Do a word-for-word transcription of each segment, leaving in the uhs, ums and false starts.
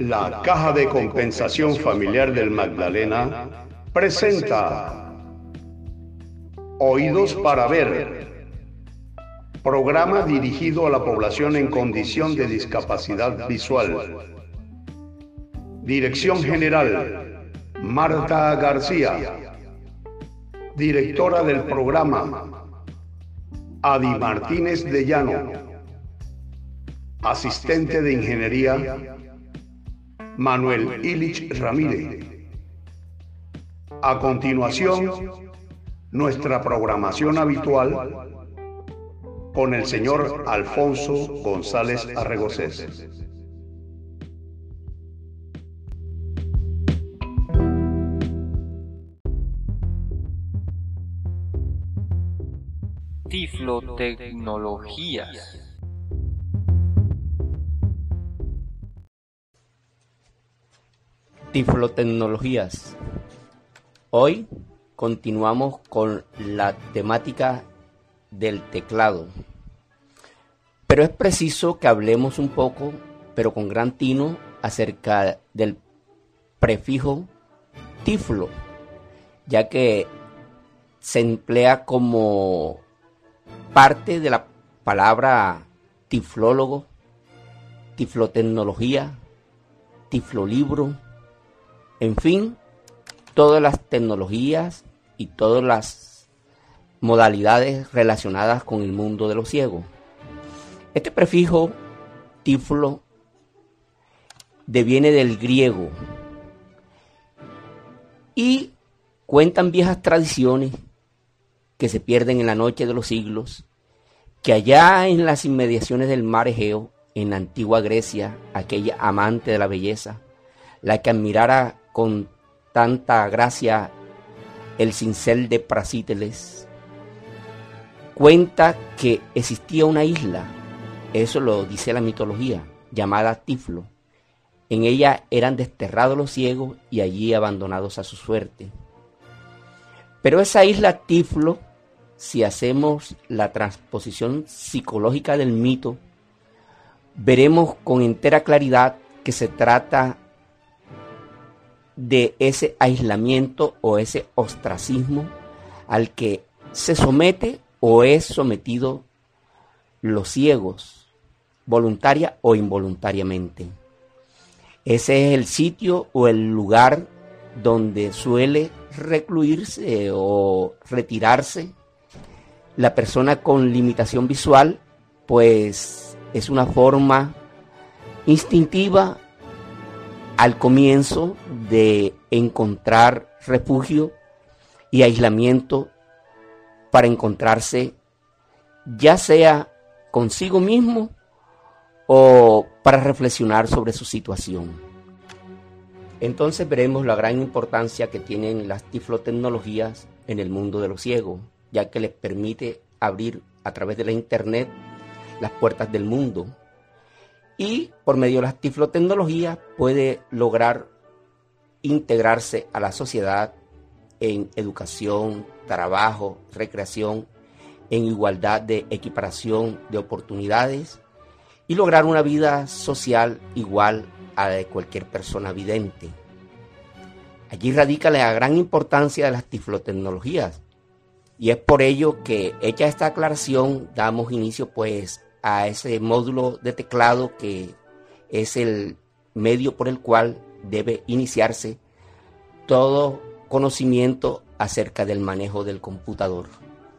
La Caja de Compensación Familiar del Magdalena presenta Oídos para Ver, programa dirigido a la población en condición de discapacidad visual. Dirección General, Marta García. Directora del programa, Adi Martínez de Llano. Asistente de Ingeniería, Manuel Illich Ramírez. A continuación, nuestra programación habitual con el señor Alfonso González Arregocés. Tiflotecnologías. Tiflotecnologías. Hoy continuamos con la temática del teclado, pero es preciso que hablemos un poco, pero con gran tino, acerca del prefijo tiflo, ya que se emplea como parte de la palabra tiflólogo, tiflotecnología, tiflolibro, en fin, todas las tecnologías y todas las modalidades relacionadas con el mundo de los ciegos. Este prefijo tiflo deviene del griego y cuentan viejas tradiciones que se pierden en la noche de los siglos, que allá en las inmediaciones del mar Egeo, en la antigua Grecia, aquella amante de la belleza, la que admirara con tanta gracia el cincel de Prasíteles, cuenta que existía una isla, eso lo dice la mitología, llamada Tiflo. En ella eran desterrados los ciegos y allí abandonados a su suerte. Pero esa isla Tiflo, si hacemos la transposición psicológica del mito, veremos con entera claridad que se trata de ese aislamiento o ese ostracismo al que se somete o es sometido los ciegos, voluntaria o involuntariamente. Ese es el sitio o el lugar donde suele recluirse o retirarse la persona con limitación visual, pues es una forma instintiva al comienzo de encontrar refugio y aislamiento para encontrarse ya sea consigo mismo o para reflexionar sobre su situación. Entonces veremos la gran importancia que tienen las tiflotecnologías en el mundo de los ciegos, ya que les permite abrir a través de la internet las puertas del mundo. Y por medio de las tiflotecnologías puede lograr integrarse a la sociedad en educación, trabajo, recreación, en igualdad de equiparación de oportunidades y lograr una vida social igual a la de cualquier persona vidente. Allí radica la gran importancia de las tiflotecnologías y es por ello que, hecha esta aclaración, damos inicio pues a ese módulo de teclado que es el medio por el cual debe iniciarse todo conocimiento acerca del manejo del computador.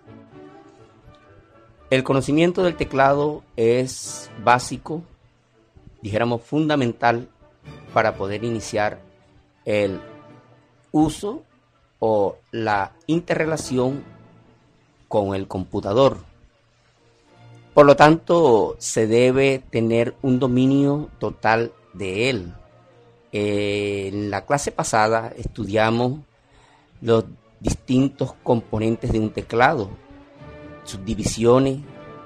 El conocimiento del teclado es básico, dijéramos fundamental, para poder iniciar el uso o la interrelación con el computador. Por lo tanto, se debe tener un dominio total de él. Eh, en la clase pasada estudiamos los distintos componentes de un teclado, sus divisiones,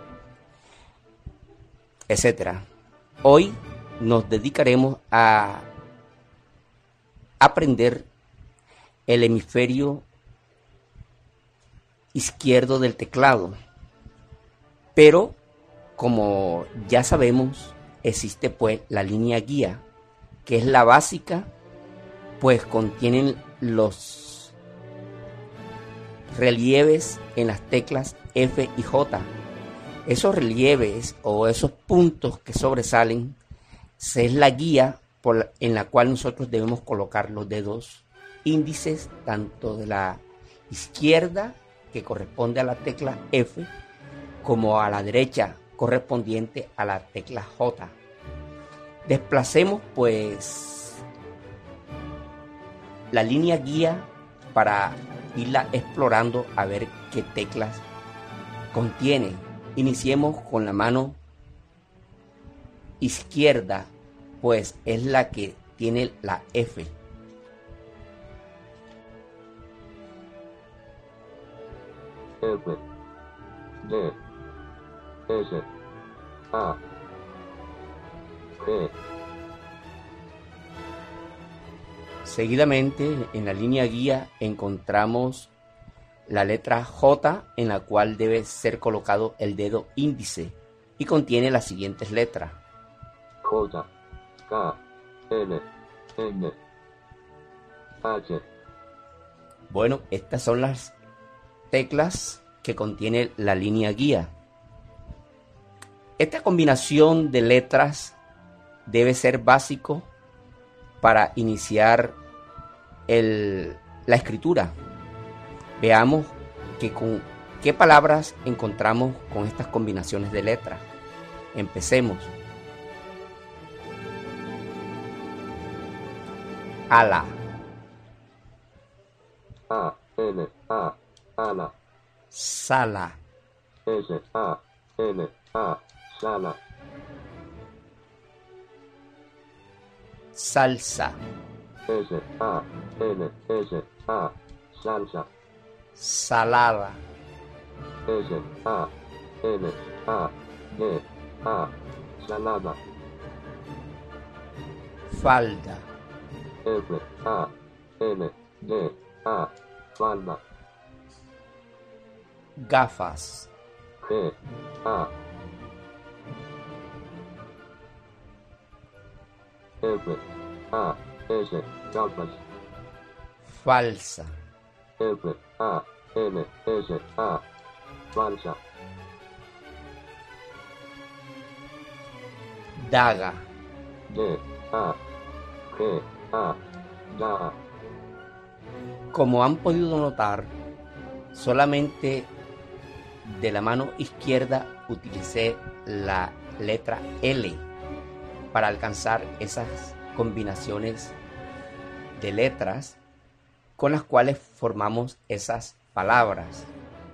etcétera. Hoy nos dedicaremos a aprender el hemisferio izquierdo del teclado, pero como ya sabemos, existe pues la línea guía que es la básica, pues contienen los relieves en las teclas F y J. Esos relieves o esos puntos que sobresalen es la guía por la, en la cual nosotros debemos colocar los dedos índices, tanto de la izquierda, que corresponde a la tecla F, como a la derecha, correspondiente a la tecla J. Desplacemos pues la línea guía para irla explorando a ver qué teclas contiene. Iniciemos con la mano izquierda, pues es la que tiene la F. F, D, S, A, G. Seguidamente, en la línea guía encontramos la letra J, en la cual debe ser colocado el dedo índice y contiene las siguientes letras: J, K, L, N, H. Bueno, estas son las teclas que contiene la línea guía. Esta combinación de letras debe ser básico para iniciar el, la escritura. Veamos que con qué palabras encontramos con estas combinaciones de letras. Empecemos. Ala. A, N, A, ala. Sala. S, A, N, A, sala. Salsa. S, A, N, S, A, salsa. Salada. S, A, N, A, D, A, salada. Falda. F, A, N, D, A, falda. Gafas. G, A, F, A, S, gafas. Falsa. F, A, N, S, A, falsa. Daga. D, A, G, A, daga. Como han podido notar, solamente de la mano izquierda utilicé la letra L para alcanzar esas combinaciones de letras con las cuales formamos esas palabras.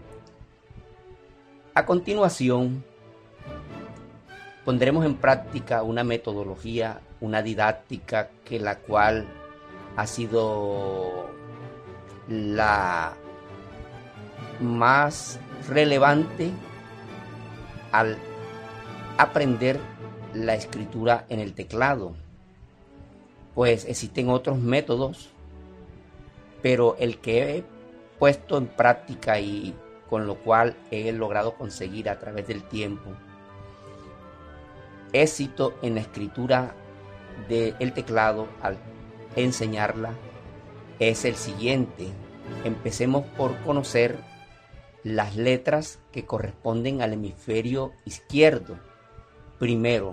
A continuación, pondremos en práctica una metodología, una didáctica que la cual ha sido la más relevante al aprender la escritura en el teclado, pues existen otros métodos, pero el que he puesto en práctica y con lo cual he logrado conseguir a través del tiempo éxito en la escritura del teclado al enseñarla es el siguiente. Empecemos por conocer las letras que corresponden al hemisferio izquierdo. Primero,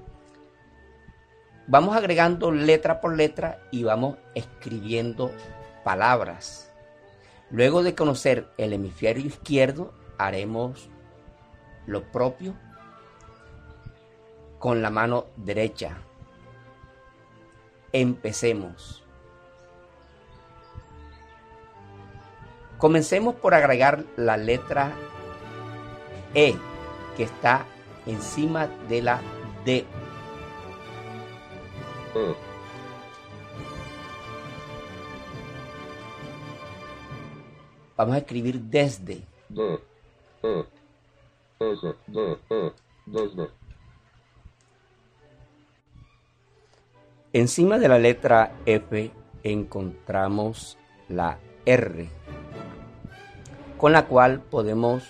vamos agregando letra por letra y vamos escribiendo palabras. Luego de conocer el hemisferio izquierdo, haremos lo propio con la mano derecha. Empecemos. Comencemos por agregar la letra E, que está encima de la D. E, Vamos a escribir desde. D, E, S, D, E, desde. Encima de la letra F encontramos la R, con la cual podemos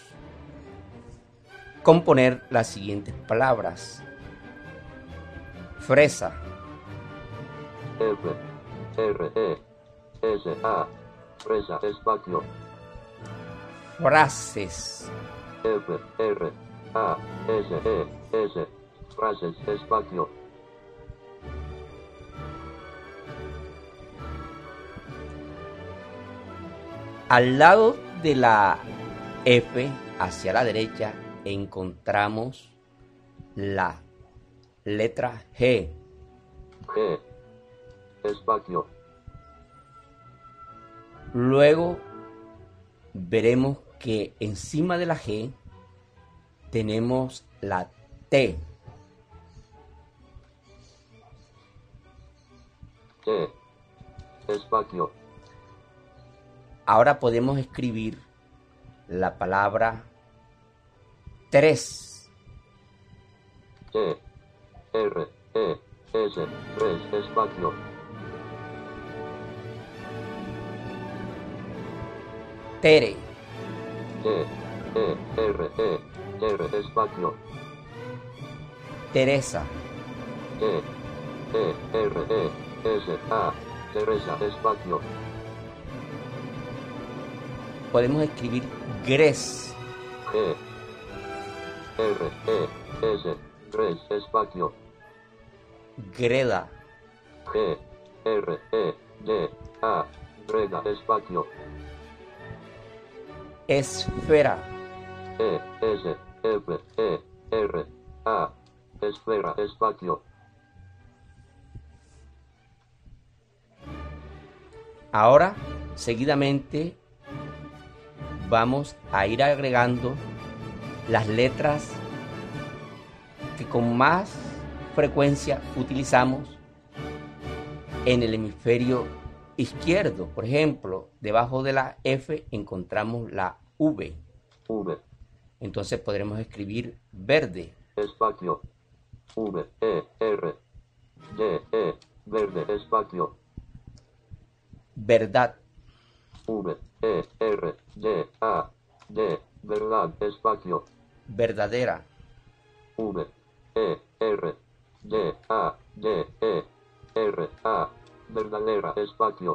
componer las siguientes palabras: fresa, F, R, E, S, A, fresa, espacio. Frases. F, R, A, S, E, S, frases, espacio. Al lado de la F, hacia la derecha, encontramos la letra G. G, espacio. Luego veremos que encima de la G tenemos la T. T, espacio. Ahora podemos escribir la palabra tres. T, R, E, S, tres, espacio. Tere. T, E, R, E, R, espacio. Teresa. T, E, R, E, S, A, Teresa, espacio. Podemos escribir Gres. G, R, E, S, tres, espacio. Greda. G, R, E, D, A, Greda, espacio. Esfera. E, S, F, E, R, A, esfera, espacio. Ahora, seguidamente, vamos a ir agregando las letras que con más frecuencia utilizamos en el hemisferio izquierdo. Por ejemplo, debajo de la F encontramos la V. V, Entonces podremos escribir verde. espacio. V, E, R, D, E, verde, espacio. Verdad. V, E, R, D, A, D, verdad, espacio. Verdadera. V, E, R, D, A, D, E, R, A, verdadera, espacio.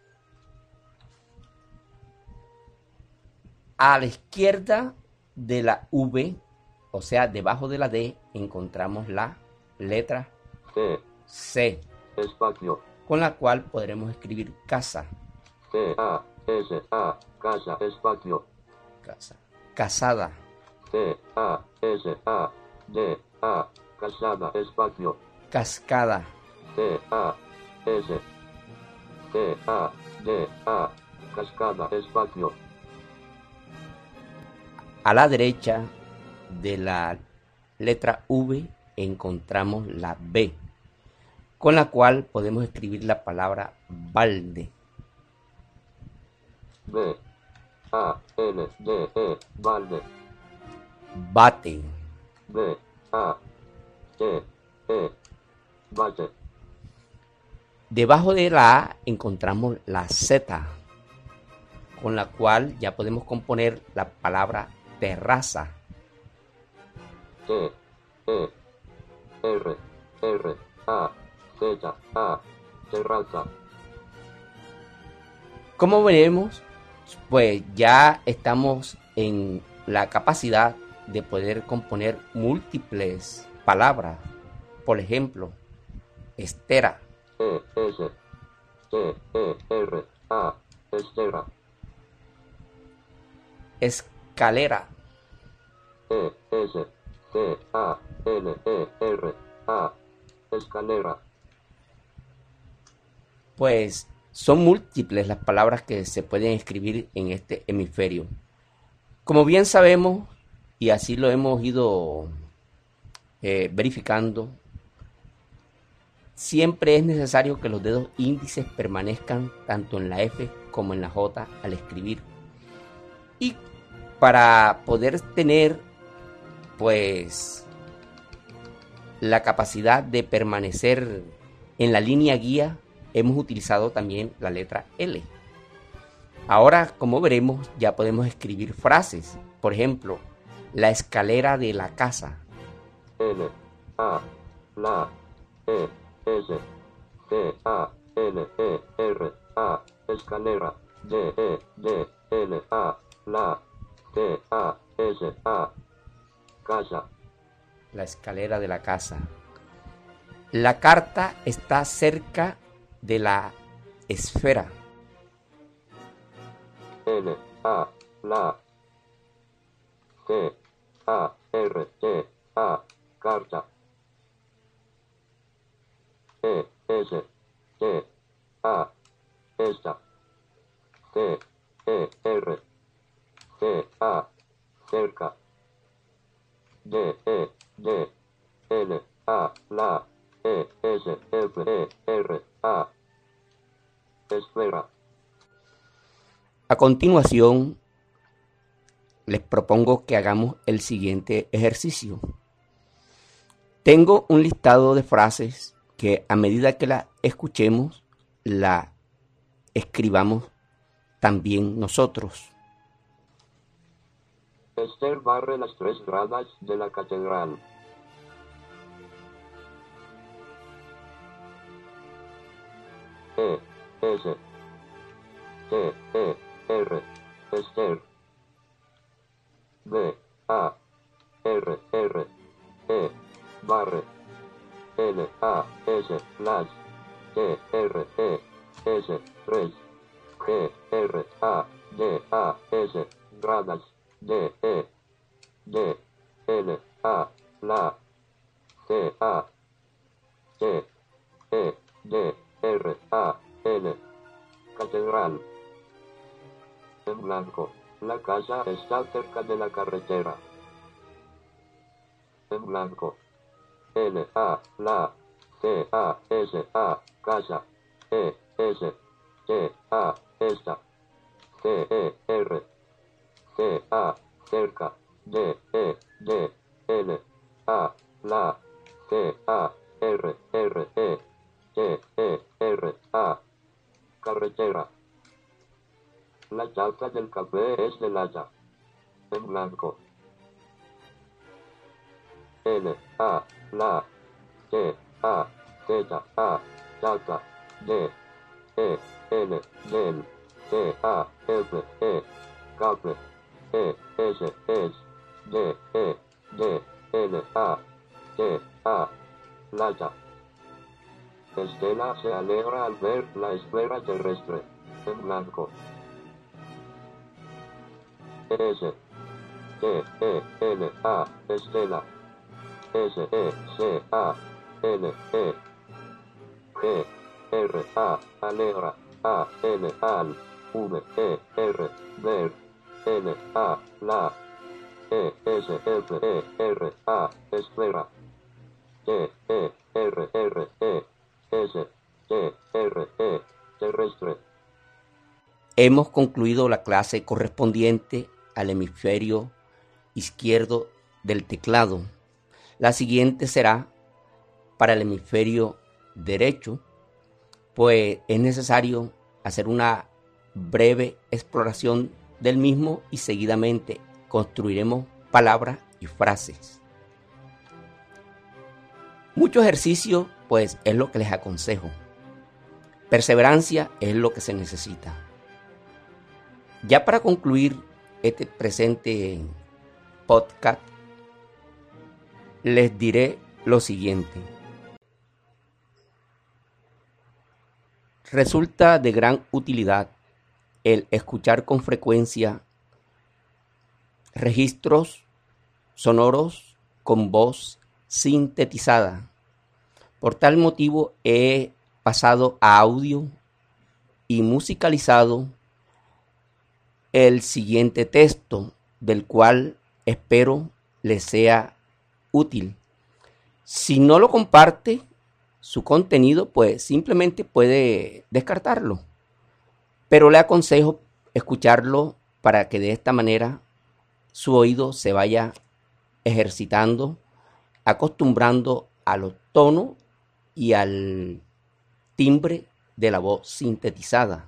A la izquierda de la V, o sea, debajo de la D, encontramos la letra C, C, espacio. con la cual podremos escribir casa. C, A, S, A, casa, espacio. Casa. Casada. C, A, S, A, D, A, casada, espacio. Cascada. C, A, S, C, A, D, A, cascada, espacio. A la derecha de la letra V encontramos la B, con la cual podemos escribir la palabra balde. B, A, L, D, E, balde. Bate. B, A, T, E, bate. Debajo de la A encontramos la Z, con la cual ya podemos componer la palabra terraza. T, E, R, R, A, Z, A, terraza. Como veremos, pues ya estamos en la capacidad de poder componer múltiples palabras. Por ejemplo, estera. E, S, T, E, R, A, estera. Escalera. E, S, C, A, L, E, R, A, escalera. Pues son múltiples las palabras que se pueden escribir en este hemisferio. Como bien sabemos, y así lo hemos ido eh, verificando, siempre es necesario que los dedos índices permanezcan tanto en la F como en la J al escribir. Y para poder tener pues la capacidad de permanecer en la línea guía, hemos utilizado también la letra L. Ahora, como veremos, ya podemos escribir frases. Por ejemplo, la escalera de la casa. L, A, la, E, S, T A L E R A, escalera, D E D L A, la, T A S A, casa. La escalera de la casa. La carta está cerca de la esfera. L, A, la, C, A, R, T, A, carta. E, S, T, A, esta. C, E, R, C, A, cerca. D, E, D, L, A, la, E, S, F, E, R, A, esfera. A continuación, les propongo que hagamos el siguiente ejercicio. Tengo un listado de frases que a medida que la escuchemos, la escribamos también nosotros. Esther barre las tres gradas de la catedral. E, S, T, E, R, Esther. B, A, R, R, E, barre. L, A, S, las. T, R, E, S, tres. G, R, A, D, A, S, gradas. D, E, D, L, A, la. C, A, T, E, D, R, A, L, catedral. En blanco, la casa está cerca de la carretera. En blanco. L, A, la, C, A, S, A, casa. E, S, T, A, esta. C, E, R, C, A, cerca. D, E, D, L, A, la, C, A, R, R, E, T, E, R, A, carretera. La taza del café es de lata. En blanco. L, A, la, T, A, Z, A, taza, D, E, L, del, T, A, F, E, café, E, S, S, D, E, D, L, A, T, A, lata. Estela se alegra al ver la esfera terrestre. En blanco. S, T, E, L, A, Estela. S, E, C, A, L, E. G, R, A, alegra. A, L, al. V, E, R, ver. L, A, la. E, S, F, E, R, A, esfera. T, E, R, R, E, S, T, R, E, terrestre. Hemos concluido la clase correspondiente al hemisferio izquierdo del teclado. La siguiente será para el hemisferio derecho, pues es necesario hacer una breve exploración del mismo y seguidamente construiremos palabras y frases. Mucho ejercicio, pues es lo que les aconsejo. Perseverancia es lo que se necesita. Ya para concluir este presente podcast, les diré lo siguiente. Resulta de gran utilidad el escuchar con frecuencia registros sonoros con voz sintetizada. Por tal motivo he pasado a audio y musicalizado el siguiente texto, del cual espero les sea útil. Si no lo comparte su contenido, pues simplemente puede descartarlo. Pero le aconsejo escucharlo para que de esta manera su oído se vaya ejercitando, acostumbrando a los tonos y al timbre de la voz sintetizada.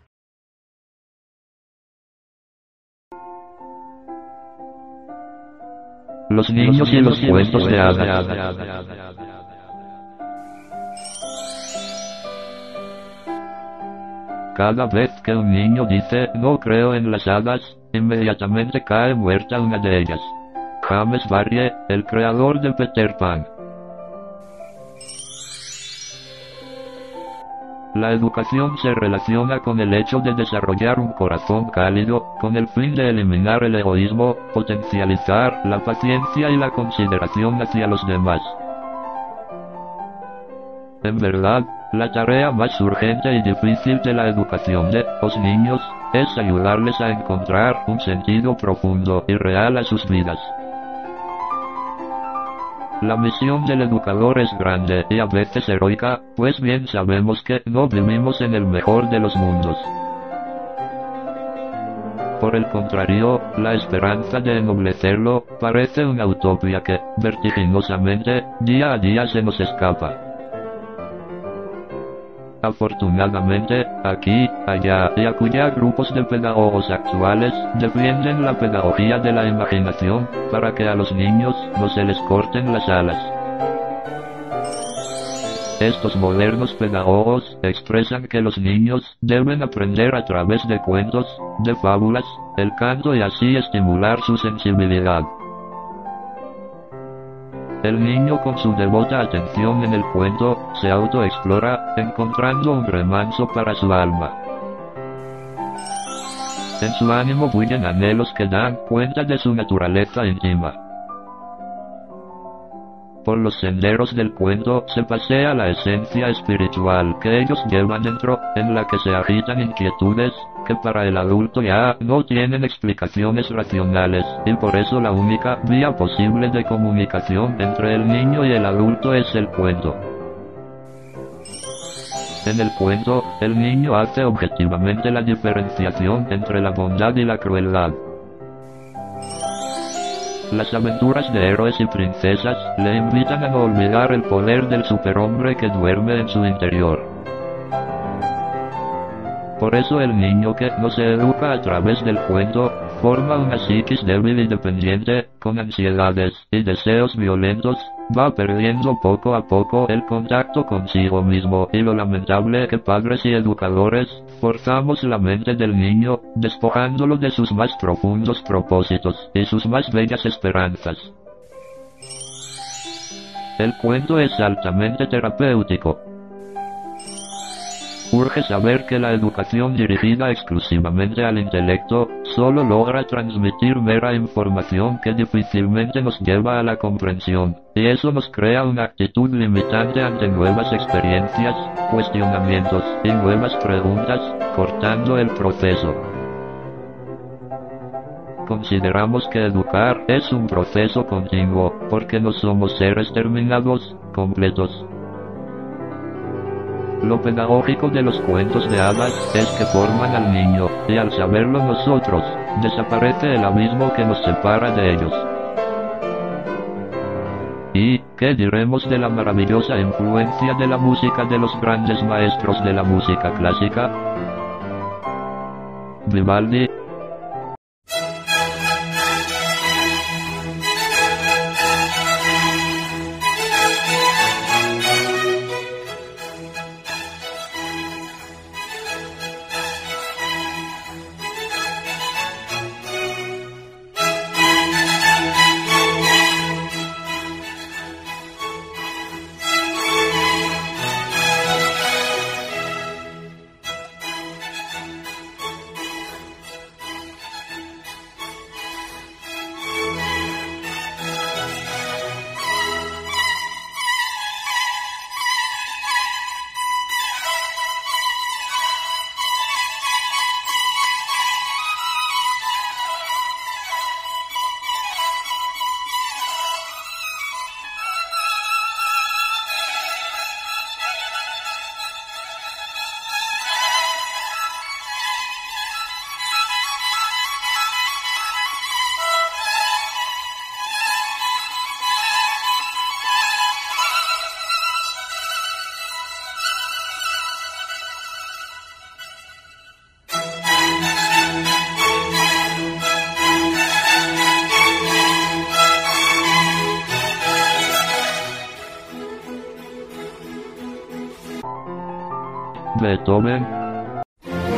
Los niños y los cuentos de hadas. Cada vez que un niño dice no creo en las hadas, inmediatamente cae muerta una de ellas. James Barrie, el creador de Peter Pan. La educación se relaciona con el hecho de desarrollar un corazón cálido, con el fin de eliminar el egoísmo, potencializar la paciencia y la consideración hacia los demás. En verdad, la tarea más urgente y difícil de la educación de los niños es ayudarles a encontrar un sentido profundo y real a sus vidas. La misión del educador es grande y a veces heroica, pues bien sabemos que no vivimos en el mejor de los mundos. Por el contrario, la esperanza de ennoblecerlo parece una utopía que, vertiginosamente, día a día se nos escapa. Afortunadamente, aquí, allá y acullá grupos de pedagogos actuales defienden la pedagogía de la imaginación, para que a los niños no se les corten las alas. Estos modernos pedagogos expresan que los niños deben aprender a través de cuentos, de fábulas, el canto y así estimular su sensibilidad. El niño con su devota atención en el cuento, se autoexplora, encontrando un remanso para su alma. En su ánimo bullen anhelos que dan cuenta de su naturaleza íntima. Por los senderos del cuento se pasea la esencia espiritual que ellos llevan dentro, en la que se agitan inquietudes, que para el adulto ya no tienen explicaciones racionales, y por eso la única vía posible de comunicación entre el niño y el adulto es el cuento. En el cuento, el niño hace objetivamente la diferenciación entre la bondad y la crueldad. Las aventuras de héroes y princesas le invitan a no olvidar el poder del superhombre que duerme en su interior. Por eso el niño que no se educa a través del cuento, forma una psiquis débil y dependiente, con ansiedades y deseos violentos, va perdiendo poco a poco el contacto consigo mismo, y lo lamentable que padres y educadores, forzamos la mente del niño, despojándolo de sus más profundos propósitos, y sus más bellas esperanzas. El cuento es altamente terapéutico. Urge saber que la educación dirigida exclusivamente al intelecto, solo logra transmitir mera información que difícilmente nos lleva a la comprensión, y eso nos crea una actitud limitante ante nuevas experiencias, cuestionamientos y nuevas preguntas, cortando el proceso. Consideramos que educar es un proceso continuo, porque no somos seres terminados, completos. Lo pedagógico de los cuentos de hadas es que forman al niño, y al saberlo nosotros, desaparece el abismo que nos separa de ellos. ¿Y qué diremos de la maravillosa influencia de la música de los grandes maestros de la música clásica? Vivaldi. Beethoven.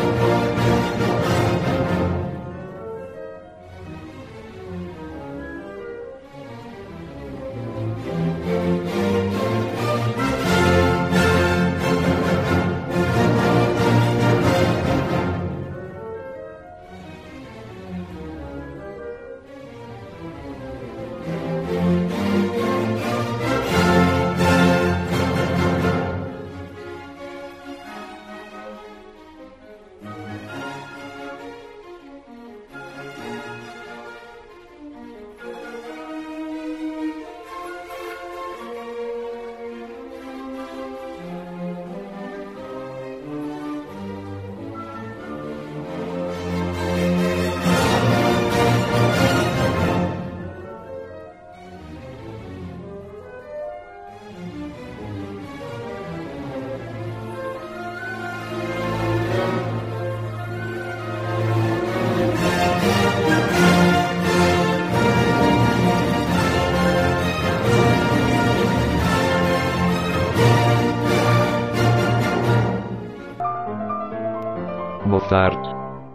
Mozart.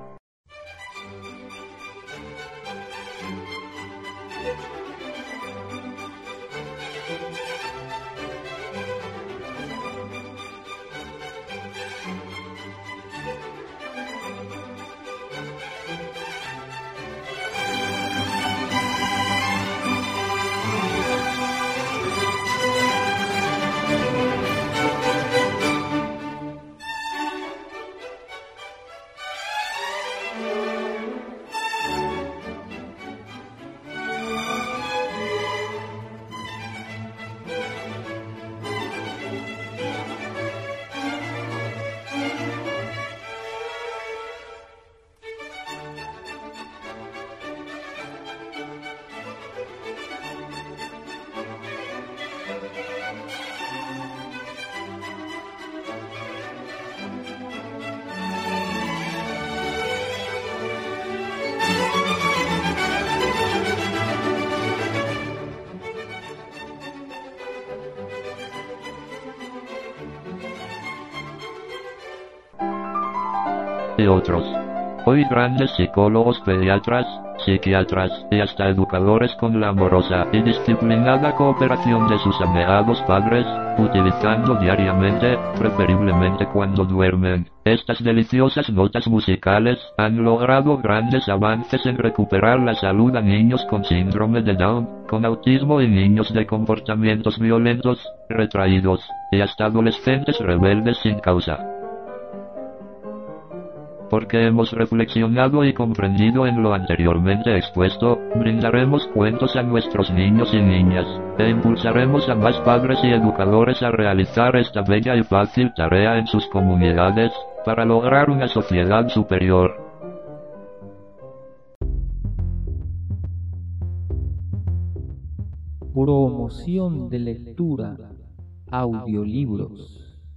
Y otros. Hoy grandes psicólogos, pediatras, psiquiatras y hasta educadores con la amorosa y disciplinada cooperación de sus abnegados padres, utilizando diariamente, preferiblemente cuando duermen, estas deliciosas notas musicales, han logrado grandes avances en recuperar la salud a niños con síndrome de Down, con autismo y niños de comportamientos violentos, retraídos, y hasta adolescentes rebeldes sin causa. Porque hemos reflexionado y comprendido en lo anteriormente expuesto, brindaremos cuentos a nuestros niños y niñas, e impulsaremos a más padres y educadores a realizar esta bella y fácil tarea en sus comunidades, para lograr una sociedad superior. Promoción de lectura, audiolibros.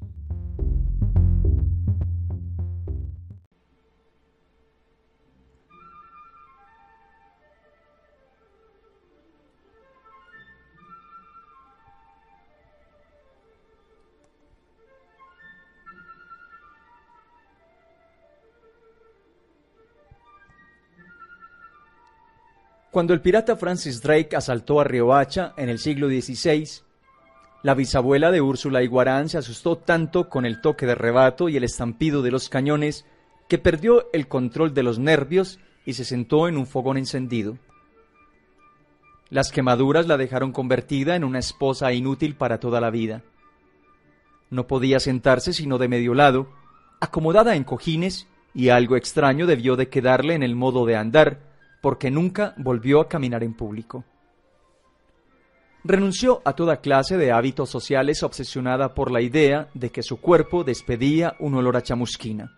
Cuando el pirata Francis Drake asaltó a Riohacha en el siglo dieciséis, la bisabuela de Úrsula Iguarán se asustó tanto con el toque de rebato y el estampido de los cañones que perdió el control de los nervios y se sentó en un fogón encendido. Las quemaduras la dejaron convertida en una esposa inútil para toda la vida. No podía sentarse sino de medio lado, acomodada en cojines, y algo extraño debió de quedarle en el modo de andar, porque nunca volvió a caminar en público. Renunció a toda clase de hábitos sociales obsesionada por la idea de que su cuerpo despedía un olor a chamusquina.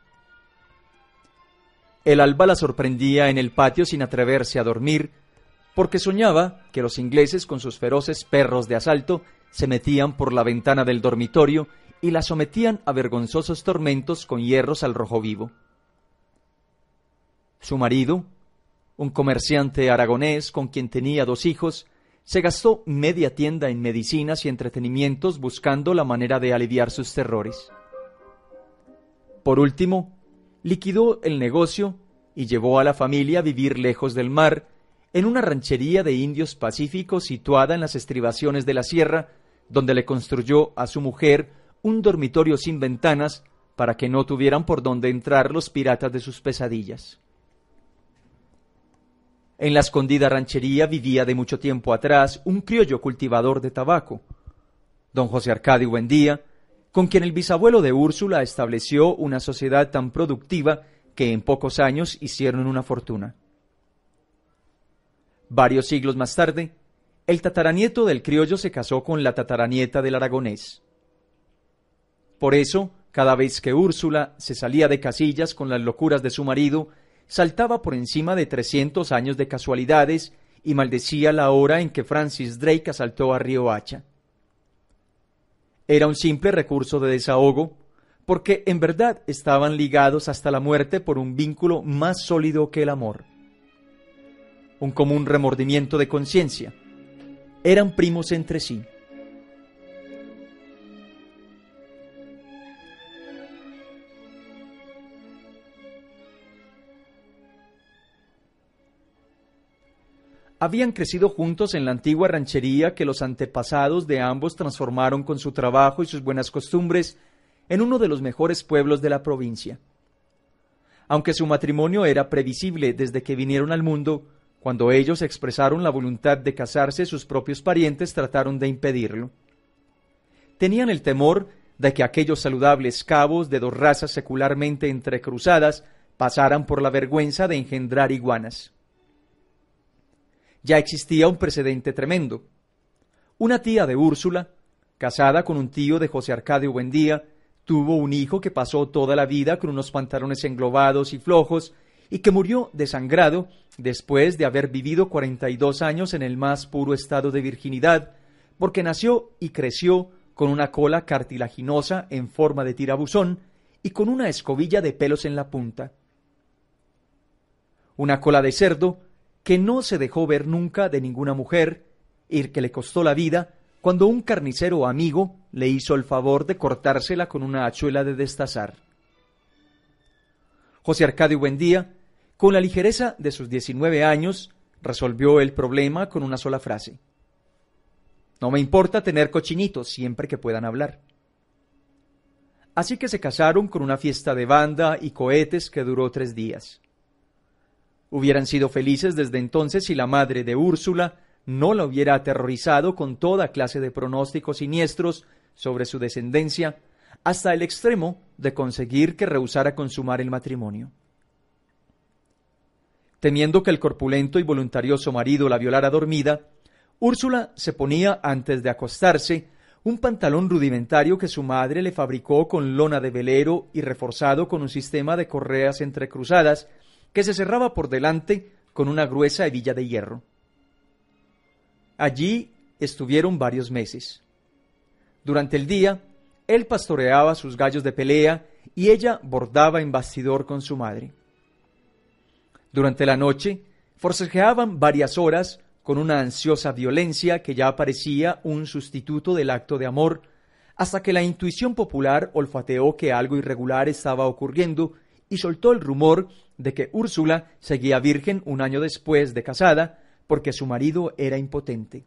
El alba la sorprendía en el patio sin atreverse a dormir, porque soñaba que los ingleses con sus feroces perros de asalto se metían por la ventana del dormitorio y la sometían a vergonzosos tormentos con hierros al rojo vivo. Su marido, un comerciante aragonés con quien tenía dos hijos, se gastó media tienda en medicinas y entretenimientos buscando la manera de aliviar sus terrores. Por último, liquidó el negocio y llevó a la familia a vivir lejos del mar, en una ranchería de indios pacíficos situada en las estribaciones de la sierra, donde le construyó a su mujer un dormitorio sin ventanas para que no tuvieran por dónde entrar los piratas de sus pesadillas. En la escondida ranchería vivía de mucho tiempo atrás un criollo cultivador de tabaco, don José Arcadio Buendía, con quien el bisabuelo de Úrsula estableció una sociedad tan productiva que en pocos años hicieron una fortuna. Varios siglos más tarde, el tataranieto del criollo se casó con la tataranieta del aragonés. Por eso, cada vez que Úrsula se salía de casillas con las locuras de su marido, saltaba por encima de trescientos años de casualidades y maldecía la hora en que Francis Drake asaltó a Riohacha. Era un simple recurso de desahogo, porque en verdad estaban ligados hasta la muerte por un vínculo más sólido que el amor. Un común remordimiento de conciencia. Eran primos entre sí. Habían crecido juntos en la antigua ranchería que los antepasados de ambos transformaron con su trabajo y sus buenas costumbres en uno de los mejores pueblos de la provincia. Aunque su matrimonio era previsible desde que vinieron al mundo, cuando ellos expresaron la voluntad de casarse, sus propios parientes trataron de impedirlo. Tenían el temor de que aquellos saludables cabos de dos razas secularmente entrecruzadas pasaran por la vergüenza de engendrar iguanas. Ya existía un precedente tremendo. Una tía de Úrsula, casada con un tío de José Arcadio Buendía, tuvo un hijo que pasó toda la vida con unos pantalones englobados y flojos y que murió desangrado después de haber vivido cuarenta y dos años en el más puro estado de virginidad, porque nació y creció con una cola cartilaginosa en forma de tirabuzón y con una escobilla de pelos en la punta. Una cola de cerdo que no se dejó ver nunca de ninguna mujer y que le costó la vida cuando un carnicero amigo le hizo el favor de cortársela con una hachuela de destazar. José Arcadio Buendía, con la ligereza de sus diecinueve años, resolvió el problema con una sola frase: no me importa tener cochinitos siempre que puedan hablar. Así que se casaron con una fiesta de banda y cohetes que duró tres días. Hubieran sido felices desde entonces si la madre de Úrsula no la hubiera aterrorizado con toda clase de pronósticos siniestros sobre su descendencia, hasta el extremo de conseguir que rehusara consumar el matrimonio. Temiendo que el corpulento y voluntarioso marido la violara dormida, Úrsula se ponía, antes de acostarse, un pantalón rudimentario que su madre le fabricó con lona de velero y reforzado con un sistema de correas entrecruzadas que se cerraba por delante con una gruesa hebilla de hierro. Allí estuvieron varios meses. Durante el día, él pastoreaba sus gallos de pelea y ella bordaba en bastidor con su madre. Durante la noche, forcejeaban varias horas con una ansiosa violencia que ya parecía un sustituto del acto de amor, hasta que la intuición popular olfateó que algo irregular estaba ocurriendo y soltó el rumor de que Úrsula seguía virgen un año después de casada, porque su marido era impotente.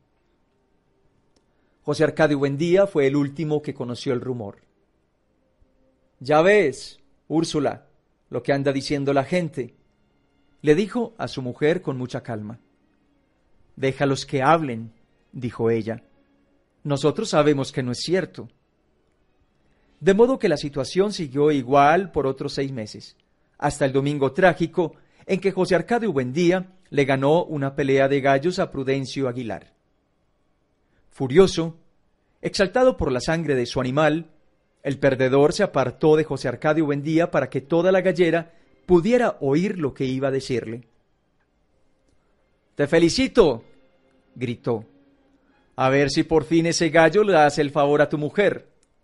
José Arcadio Buendía fue el último que conoció el rumor. «Ya ves, Úrsula, lo que anda diciendo la gente», le dijo a su mujer con mucha calma. «Déjalos que hablen», dijo ella. «Nosotros sabemos que no es cierto». De modo que la situación siguió igual por otros seis meses, hasta el domingo trágico en que José Arcadio Buendía le ganó una pelea de gallos a Prudencio Aguilar. Furioso, exaltado por la sangre de su animal, el perdedor se apartó de José Arcadio Buendía para que toda la gallera pudiera oír lo que iba a decirle. «Te felicito», gritó. «A ver si por fin ese gallo le hace el favor a tu mujer».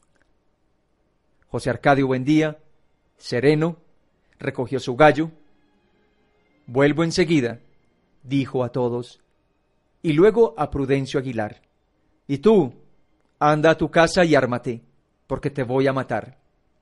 José Arcadio Buendía, sereno, recogió su gallo. «Vuelvo enseguida», dijo a todos, y luego a Prudencio Aguilar. «Y tú, anda a tu casa y ármate, porque te voy a matar».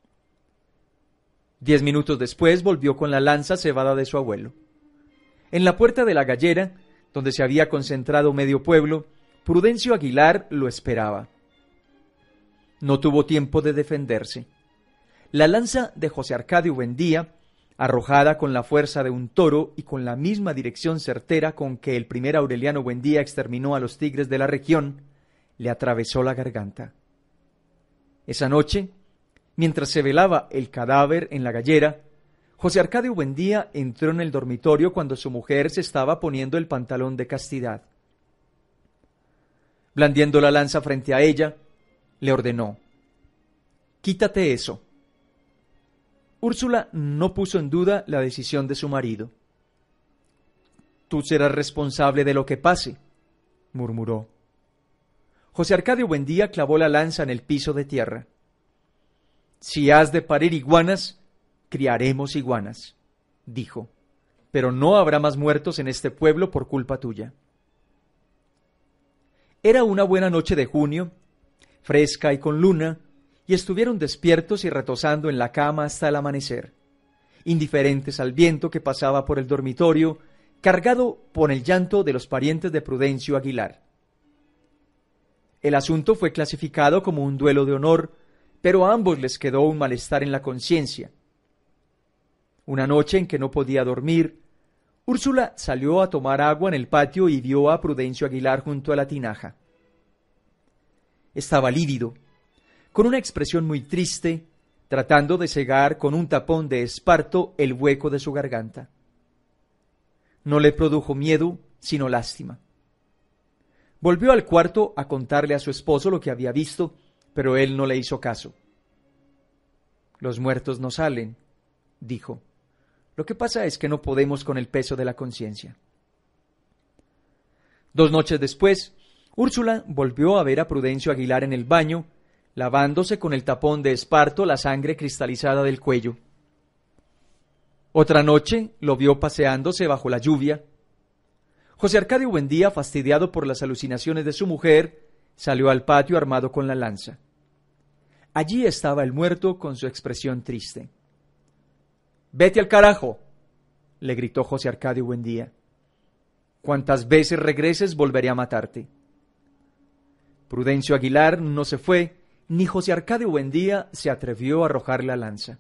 Diez minutos después volvió con la lanza cebada de su abuelo. En la puerta de la gallera, donde se había concentrado medio pueblo, Prudencio Aguilar lo esperaba. No tuvo tiempo de defenderse. La lanza de José Arcadio Buendía, arrojada con la fuerza de un toro y con la misma dirección certera con que el primer Aureliano Buendía exterminó a los tigres de la región, le atravesó la garganta. Esa noche, mientras se velaba el cadáver en la gallera, José Arcadio Buendía entró en el dormitorio cuando su mujer se estaba poniendo el pantalón de castidad. Blandiendo la lanza frente a ella, le ordenó: «Quítate eso». Úrsula no puso en duda la decisión de su marido. «Tú serás responsable de lo que pase», murmuró. José Arcadio Buendía clavó la lanza en el piso de tierra. «Si has de parir iguanas, criaremos iguanas», dijo, «pero no habrá más muertos en este pueblo por culpa tuya». Era una buena noche de junio, fresca y con luna, y estuvieron despiertos y retozando en la cama hasta el amanecer, indiferentes al viento que pasaba por el dormitorio, cargado por el llanto de los parientes de Prudencio Aguilar. El asunto fue clasificado como un duelo de honor, pero a ambos les quedó un malestar en la conciencia. Una noche en que no podía dormir, Úrsula salió a tomar agua en el patio y vio a Prudencio Aguilar junto a la tinaja. Estaba lívido, con una expresión muy triste, tratando de cegar con un tapón de esparto el hueco de su garganta. No le produjo miedo, sino lástima. Volvió al cuarto a contarle a su esposo lo que había visto, pero él no le hizo caso. «Los muertos no salen», dijo. «Lo que pasa es que no podemos con el peso de la conciencia». Dos noches después, Úrsula volvió a ver a Prudencio Aguilar en el baño, lavándose con el tapón de esparto la sangre cristalizada del cuello. Otra noche lo vio paseándose bajo la lluvia. José Arcadio Buendía, fastidiado por las alucinaciones de su mujer, salió al patio armado con la lanza. Allí estaba el muerto con su expresión triste. «¡Vete al carajo!», le gritó José Arcadio Buendía. «Cuantas veces regreses volveré a matarte». Prudencio Aguilar no se fue, ni José Arcadio Buendía se atrevió a arrojar la lanza.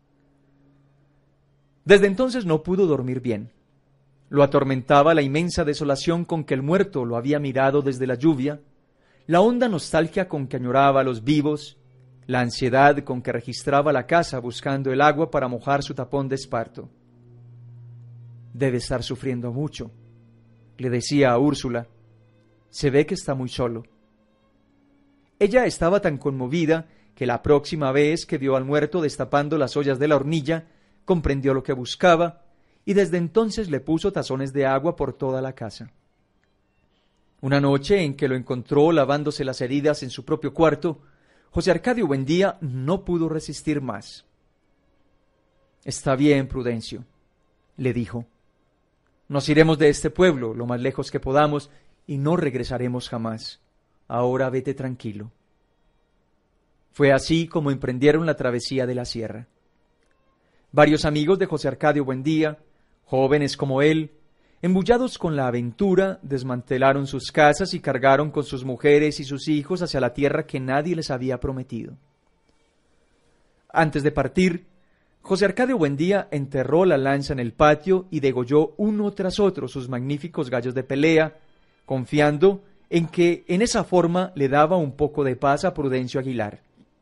Desde entonces no pudo dormir bien. Lo atormentaba la inmensa desolación con que el muerto lo había mirado desde la lluvia, la honda nostalgia con que añoraba a los vivos, la ansiedad con que registraba la casa buscando el agua para mojar su tapón de esparto. «Debe estar sufriendo mucho», le decía a Úrsula. «Se ve que está muy solo». Ella estaba tan conmovida que la próxima vez que vio al muerto destapando las ollas de la hornilla, comprendió lo que buscaba y desde entonces le puso tazones de agua por toda la casa. Una noche en que lo encontró lavándose las heridas en su propio cuarto, José Arcadio Buendía no pudo resistir más. «Está bien, Prudencio», le dijo. «Nos iremos de este pueblo lo más lejos que podamos y no regresaremos jamás. Ahora vete tranquilo». Fue así como emprendieron la travesía de la sierra. Varios amigos de José Arcadio Buendía, jóvenes como él, embullados con la aventura, desmantelaron sus casas y cargaron con sus mujeres y sus hijos hacia la tierra que nadie les había prometido. Antes de partir, José Arcadio Buendía enterró la lanza en el patio y degolló uno tras otro sus magníficos gallos de pelea, confiando en que en esa forma le daba un poco de paz a Prudencio Aguilar.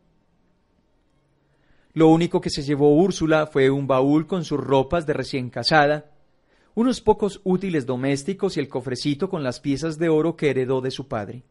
Lo único que se llevó Úrsula fue un baúl con sus ropas de recién casada, unos pocos útiles domésticos y el cofrecito con las piezas de oro que heredó de su padre.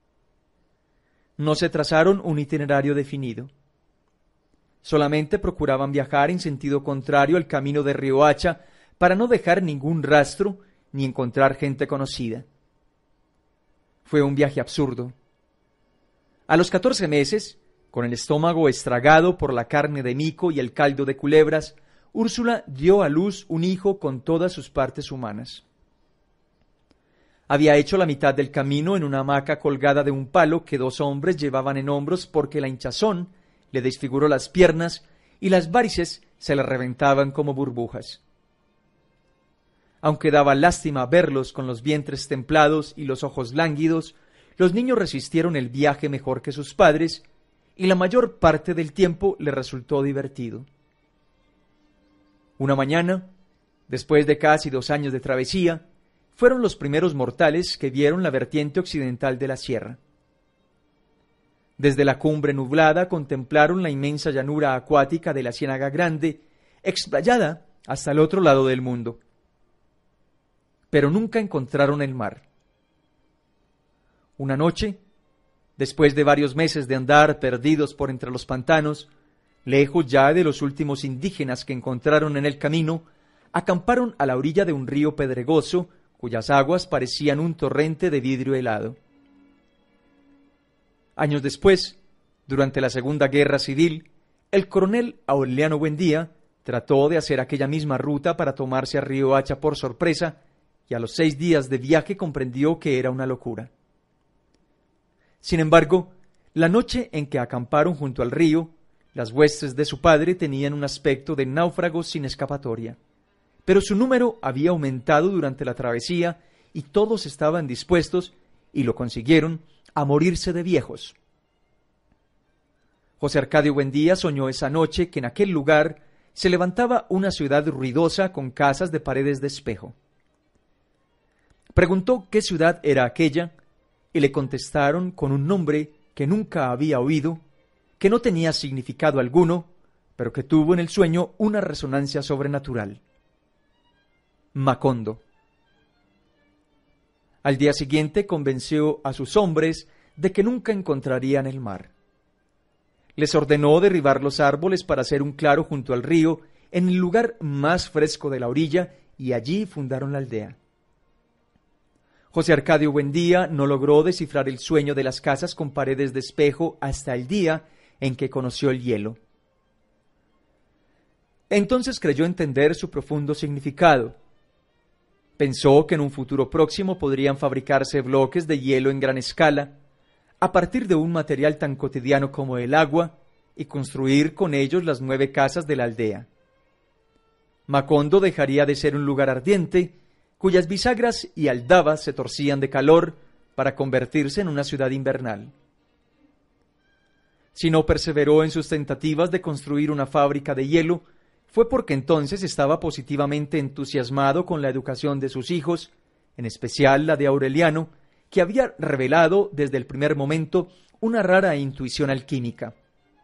No se trazaron un itinerario definido. Solamente procuraban viajar en sentido contrario al camino de Riohacha para no dejar ningún rastro ni encontrar gente conocida. Fue un viaje absurdo. A los catorce meses, con el estómago estragado por la carne de mico y el caldo de culebras, Úrsula dio a luz un hijo con todas sus partes humanas. Había hecho la mitad del camino en una hamaca colgada de un palo que dos hombres llevaban en hombros porque la hinchazón le desfiguró las piernas y las varices se le reventaban como burbujas. Aunque daba lástima verlos con los vientres templados y los ojos lánguidos, los niños resistieron el viaje mejor que sus padres y la mayor parte del tiempo le resultó divertido. Una mañana, después de casi dos años de travesía, fueron los primeros mortales que vieron la vertiente occidental de la sierra. Desde la cumbre nublada contemplaron la inmensa llanura acuática de la Ciénaga Grande, explayada hasta el otro lado del mundo. Pero nunca encontraron el mar. Una noche, después de varios meses de andar perdidos por entre los pantanos, lejos ya de los últimos indígenas que encontraron en el camino, acamparon a la orilla de un río pedregoso, cuyas aguas parecían un torrente de vidrio helado. Años después, durante la Segunda Guerra Civil, el coronel Aureliano Buendía trató de hacer aquella misma ruta para tomarse a Riohacha por sorpresa y a los seis días de viaje comprendió que era una locura. Sin embargo, la noche en que acamparon junto al río, las huestes de su padre tenían un aspecto de náufragos sin escapatoria. pero su número había aumentado durante la travesía y todos estaban dispuestos, y lo consiguieron, a morirse de viejos. José Arcadio Buendía soñó esa noche que en aquel lugar se levantaba una ciudad ruidosa con casas de paredes de espejo. Preguntó qué ciudad era aquella, y le contestaron con un nombre que nunca había oído, que no tenía significado alguno, pero que tuvo en el sueño una resonancia sobrenatural. Macondo. Al día siguiente convenció a sus hombres de que nunca encontrarían el mar. Les ordenó derribar los árboles para hacer un claro junto al río, en el lugar más fresco de la orilla, y allí fundaron la aldea. José Arcadio Buendía no logró descifrar el sueño de las casas con paredes de espejo hasta el día en que conoció el hielo. Entonces creyó entender su profundo significado. Pensó que en un futuro próximo podrían fabricarse bloques de hielo en gran escala, a partir de un material tan cotidiano como el agua, y construir con ellos las nueve casas de la aldea. Macondo dejaría de ser un lugar ardiente, cuyas bisagras y aldabas se torcían de calor para convertirse en una ciudad invernal. Si no perseveró en sus tentativas de construir una fábrica de hielo, fue porque entonces estaba positivamente entusiasmado con la educación de sus hijos, en especial la de Aureliano, que había revelado desde el primer momento una rara intuición alquímica.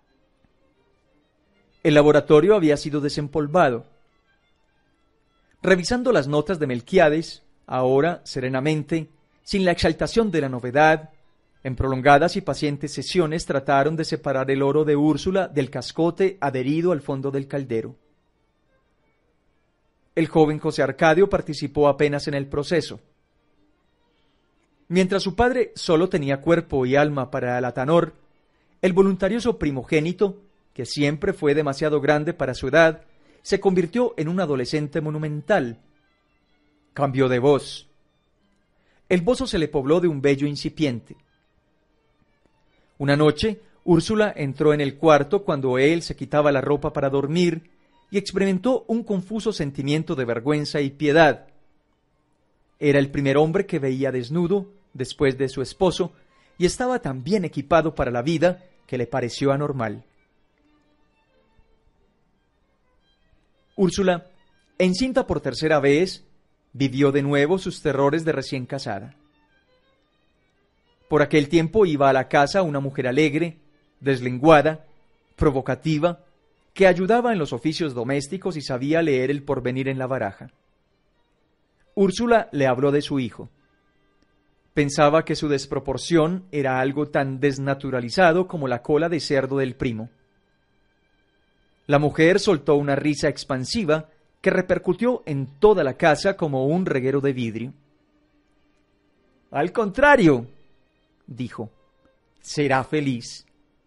El laboratorio había sido desempolvado. Revisando las notas de Melquíades, ahora, serenamente, sin la exaltación de la novedad, en prolongadas y pacientes sesiones trataron de separar el oro de Úrsula del cascote adherido al fondo del caldero. El joven José Arcadio participó apenas en el proceso. Mientras su padre solo tenía cuerpo y alma para el atanor, el voluntarioso primogénito, que siempre fue demasiado grande para su edad, se convirtió en un adolescente monumental. Cambió de voz. El bozo se le pobló de un vello incipiente. Una noche, Úrsula entró en el cuarto cuando él se quitaba la ropa para dormir y experimentó un confuso sentimiento de vergüenza y piedad. Era el primer hombre que veía desnudo después de su esposo y estaba tan bien equipado para la vida que le pareció anormal. Úrsula, encinta por tercera vez, vivió de nuevo sus terrores de recién casada. Por aquel tiempo iba a la casa una mujer alegre, deslenguada, provocativa, que ayudaba en los oficios domésticos y sabía leer el porvenir en la baraja. Úrsula le habló de su hijo. Pensaba que su desproporción era algo tan desnaturalizado como la cola de cerdo del primo. La mujer soltó una risa expansiva que repercutió en toda la casa como un reguero de vidrio. «Al contrario», dijo, «será feliz».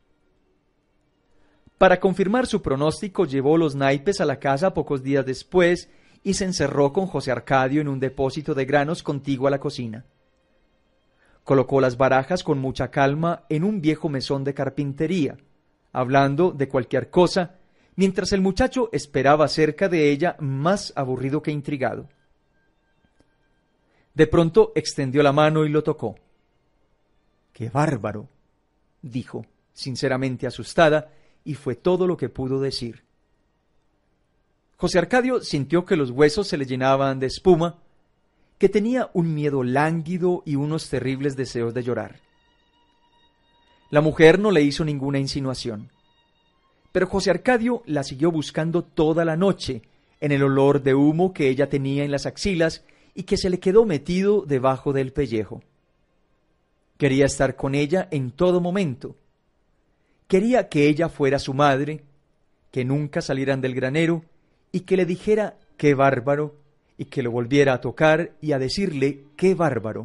Para confirmar su pronóstico, llevó los naipes a la casa pocos días después y se encerró con José Arcadio en un depósito de granos contiguo a la cocina. Colocó las barajas con mucha calma en un viejo mesón de carpintería, hablando de cualquier cosa, mientras el muchacho esperaba cerca de ella más aburrido que intrigado. De pronto extendió la mano y lo tocó. «¡Qué bárbaro!», dijo, sinceramente asustada, y fue todo lo que pudo decir. José Arcadio sintió que los huesos se le llenaban de espuma, que tenía un miedo lánguido y unos terribles deseos de llorar. La mujer no le hizo ninguna insinuación, pero José Arcadio la siguió buscando toda la noche, en el olor de humo que ella tenía en las axilas y que se le quedó metido debajo del pellejo. Quería estar con ella en todo momento. Quería que ella fuera su madre, que nunca salieran del granero y que le dijera «qué bárbaro» y que lo volviera a tocar y a decirle «qué bárbaro».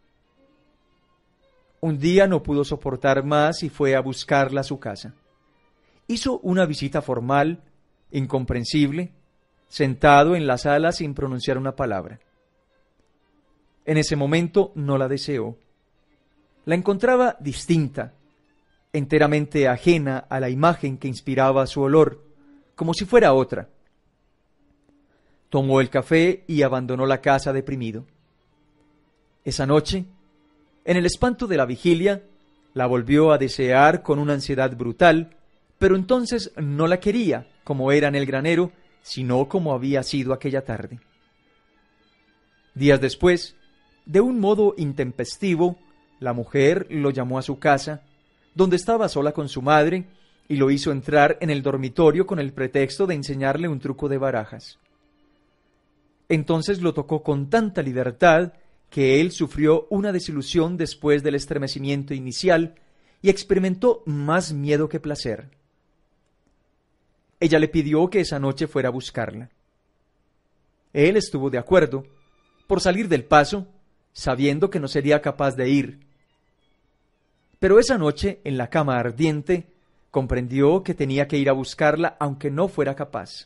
Un día no pudo soportar más y fue a buscarla a su casa. Hizo una visita formal, incomprensible, sentado en la sala sin pronunciar una palabra. En ese momento no la deseó. La encontraba distinta, enteramente ajena a la imagen que inspiraba su olor, como si fuera otra. Tomó el café y abandonó la casa deprimido. Esa noche, en el espanto de la vigilia, la volvió a desear con una ansiedad brutal, pero entonces no la quería como era en el granero, sino como había sido aquella tarde. Días después, de un modo intempestivo, la mujer lo llamó a su casa, donde estaba sola con su madre, y lo hizo entrar en el dormitorio con el pretexto de enseñarle un truco de barajas. Entonces lo tocó con tanta libertad que él sufrió una desilusión después del estremecimiento inicial y experimentó más miedo que placer. Ella le pidió que esa noche fuera a buscarla. Él estuvo de acuerdo, por salir del paso, sabiendo que no sería capaz de ir. Pero esa noche, en la cama ardiente, comprendió que tenía que ir a buscarla aunque no fuera capaz.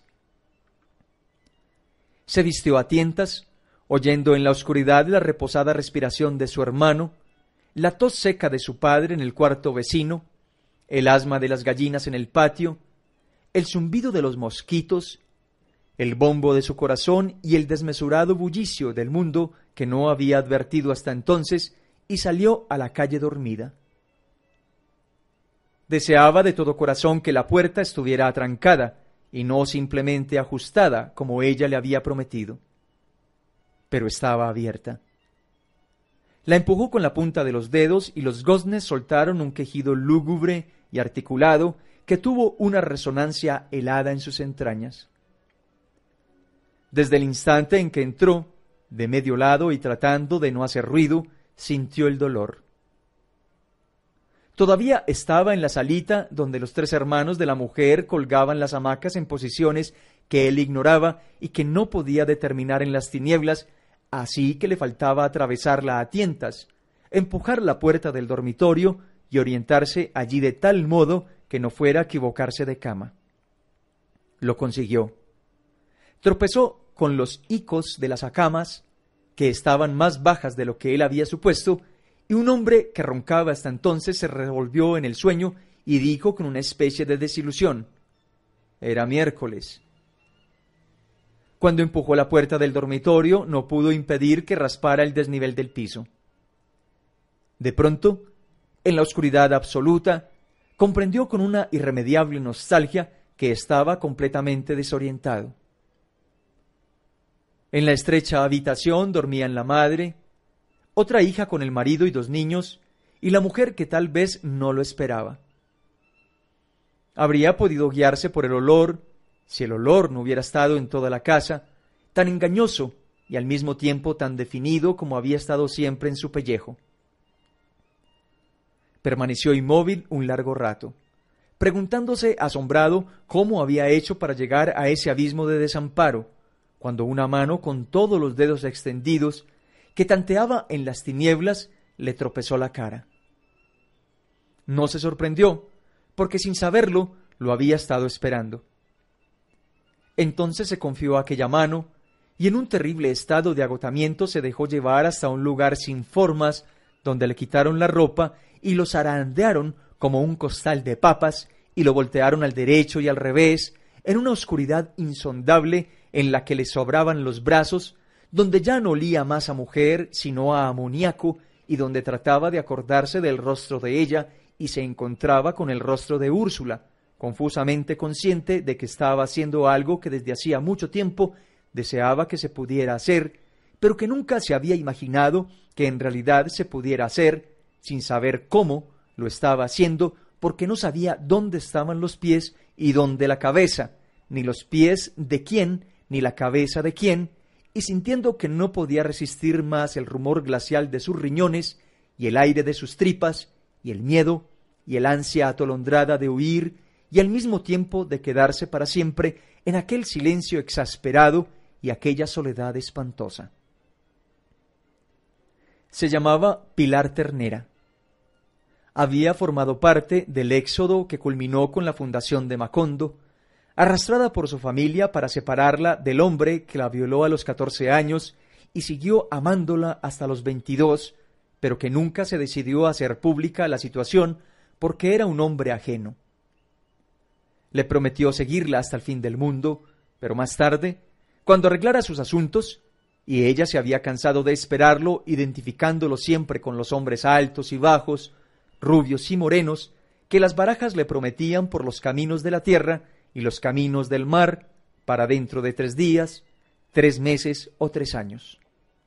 Se vistió a tientas, oyendo en la oscuridad la reposada respiración de su hermano, la tos seca de su padre en el cuarto vecino, el asma de las gallinas en el patio, el zumbido de los mosquitos, el bombo de su corazón y el desmesurado bullicio del mundo que no había advertido hasta entonces, y salió a la calle dormida. Deseaba de todo corazón que la puerta estuviera atrancada y no simplemente ajustada como ella le había prometido. Pero estaba abierta. La empujó con la punta de los dedos y los goznes soltaron un quejido lúgubre y articulado que tuvo una resonancia helada en sus entrañas. Desde el instante en que entró, de medio lado y tratando de no hacer ruido, sintió el dolor. Todavía estaba en la salita donde los tres hermanos de la mujer colgaban las hamacas en posiciones que él ignoraba y que no podía determinar en las tinieblas, así que le faltaba atravesarla a tientas, empujar la puerta del dormitorio y orientarse allí de tal modo que no fuera a equivocarse de cama. Lo consiguió. Tropezó con los hicos de las acamas, que estaban más bajas de lo que él había supuesto, y un hombre que roncaba hasta entonces se revolvió en el sueño y dijo con una especie de desilusión: «Era miércoles». Cuando empujó la puerta del dormitorio, no pudo impedir que raspara el desnivel del piso. De pronto, en la oscuridad absoluta, comprendió con una irremediable nostalgia que estaba completamente desorientado. En la estrecha habitación dormían la madre, otra hija con el marido y dos niños, y la mujer que tal vez no lo esperaba. Habría podido guiarse por el olor, si el olor no hubiera estado en toda la casa, tan engañoso y al mismo tiempo tan definido como había estado siempre en su pellejo. Permaneció inmóvil un largo rato, preguntándose asombrado cómo había hecho para llegar a ese abismo de desamparo, cuando una mano con todos los dedos extendidos, que tanteaba en las tinieblas, le tropezó la cara. No se sorprendió, porque sin saberlo lo había estado esperando. Entonces se confió a aquella mano, y en un terrible estado de agotamiento se dejó llevar hasta un lugar sin formas, donde le quitaron la ropa y lo zarandearon como un costal de papas, y lo voltearon al derecho y al revés, en una oscuridad insondable en la que le sobraban los brazos, donde ya no olía más a mujer, sino a amoníaco, y donde trataba de acordarse del rostro de ella, y se encontraba con el rostro de Úrsula, confusamente consciente de que estaba haciendo algo que desde hacía mucho tiempo deseaba que se pudiera hacer, pero que nunca se había imaginado que en realidad se pudiera hacer, sin saber cómo lo estaba haciendo, porque no sabía dónde estaban los pies y dónde la cabeza, ni los pies de quién, ni la cabeza de quién, y sintiendo que no podía resistir más el rumor glacial de sus riñones, y el aire de sus tripas, y el miedo, y el ansia atolondrada de huir, y al mismo tiempo de quedarse para siempre en aquel silencio exasperado y aquella soledad espantosa. Se llamaba Pilar Ternera. Había formado parte del éxodo que culminó con la fundación de Macondo, arrastrada por su familia para separarla del hombre que la violó a los catorce años y siguió amándola hasta los veintidós, pero que nunca se decidió a hacer pública la situación porque era un hombre ajeno. Le prometió seguirla hasta el fin del mundo, pero más tarde, Cuando arreglara sus asuntos, y ella se había cansado de esperarlo, identificándolo siempre con los hombres altos y bajos, rubios y morenos, que las barajas le prometían por los caminos de la tierra y los caminos del mar, para dentro de tres días, tres meses o tres años.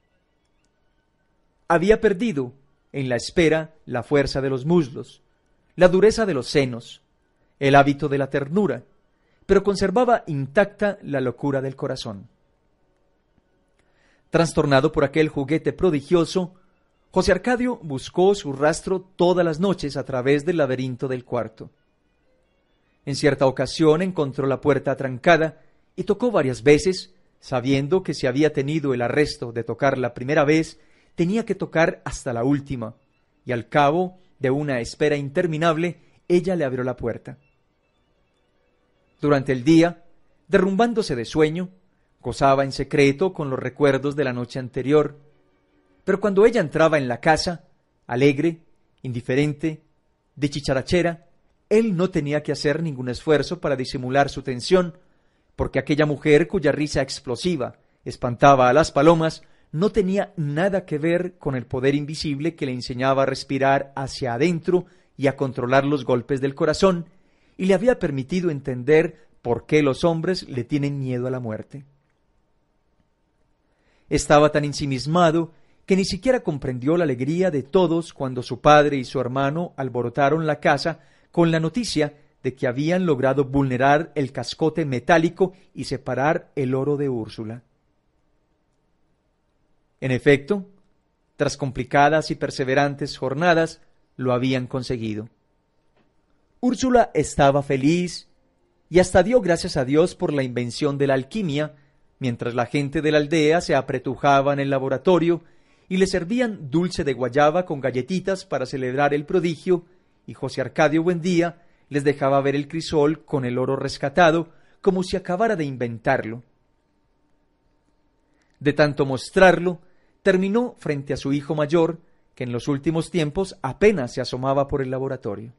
Había perdido, en la espera, la fuerza de los muslos, la dureza de los senos, el hábito de la ternura, pero conservaba intacta la locura del corazón. Trastornado por aquel juguete prodigioso, José Arcadio buscó su rastro todas las noches a través del laberinto del cuarto. En cierta ocasión encontró la puerta atrancada y tocó varias veces, sabiendo que si había tenido el arresto de tocar la primera vez, tenía que tocar hasta la última, y al cabo de una espera interminable, ella le abrió la puerta. Durante el día, derrumbándose de sueño, gozaba en secreto con los recuerdos de la noche anterior, pero cuando ella entraba en la casa, alegre, indiferente, de chicharachera, él no tenía que hacer ningún esfuerzo para disimular su tensión, porque aquella mujer cuya risa explosiva espantaba a las palomas no tenía nada que ver con el poder invisible que le enseñaba a respirar hacia adentro y a controlar los golpes del corazón, y le había permitido entender por qué los hombres le tienen miedo a la muerte. Estaba tan ensimismado que ni siquiera comprendió la alegría de todos cuando su padre y su hermano alborotaron la casa con la noticia de que habían logrado vulnerar el cascote metálico y separar el oro de Úrsula. En efecto, tras complicadas y perseverantes jornadas, lo habían conseguido. Úrsula estaba feliz y hasta dio gracias a Dios por la invención de la alquimia, mientras la gente de la aldea se apretujaba en el laboratorio y le servían dulce de guayaba con galletitas para celebrar el prodigio, y José Arcadio Buendía les dejaba ver el crisol con el oro rescatado como si acabara de inventarlo. De tanto mostrarlo, terminó frente a su hijo mayor, que en los últimos tiempos apenas se asomaba por el laboratorio.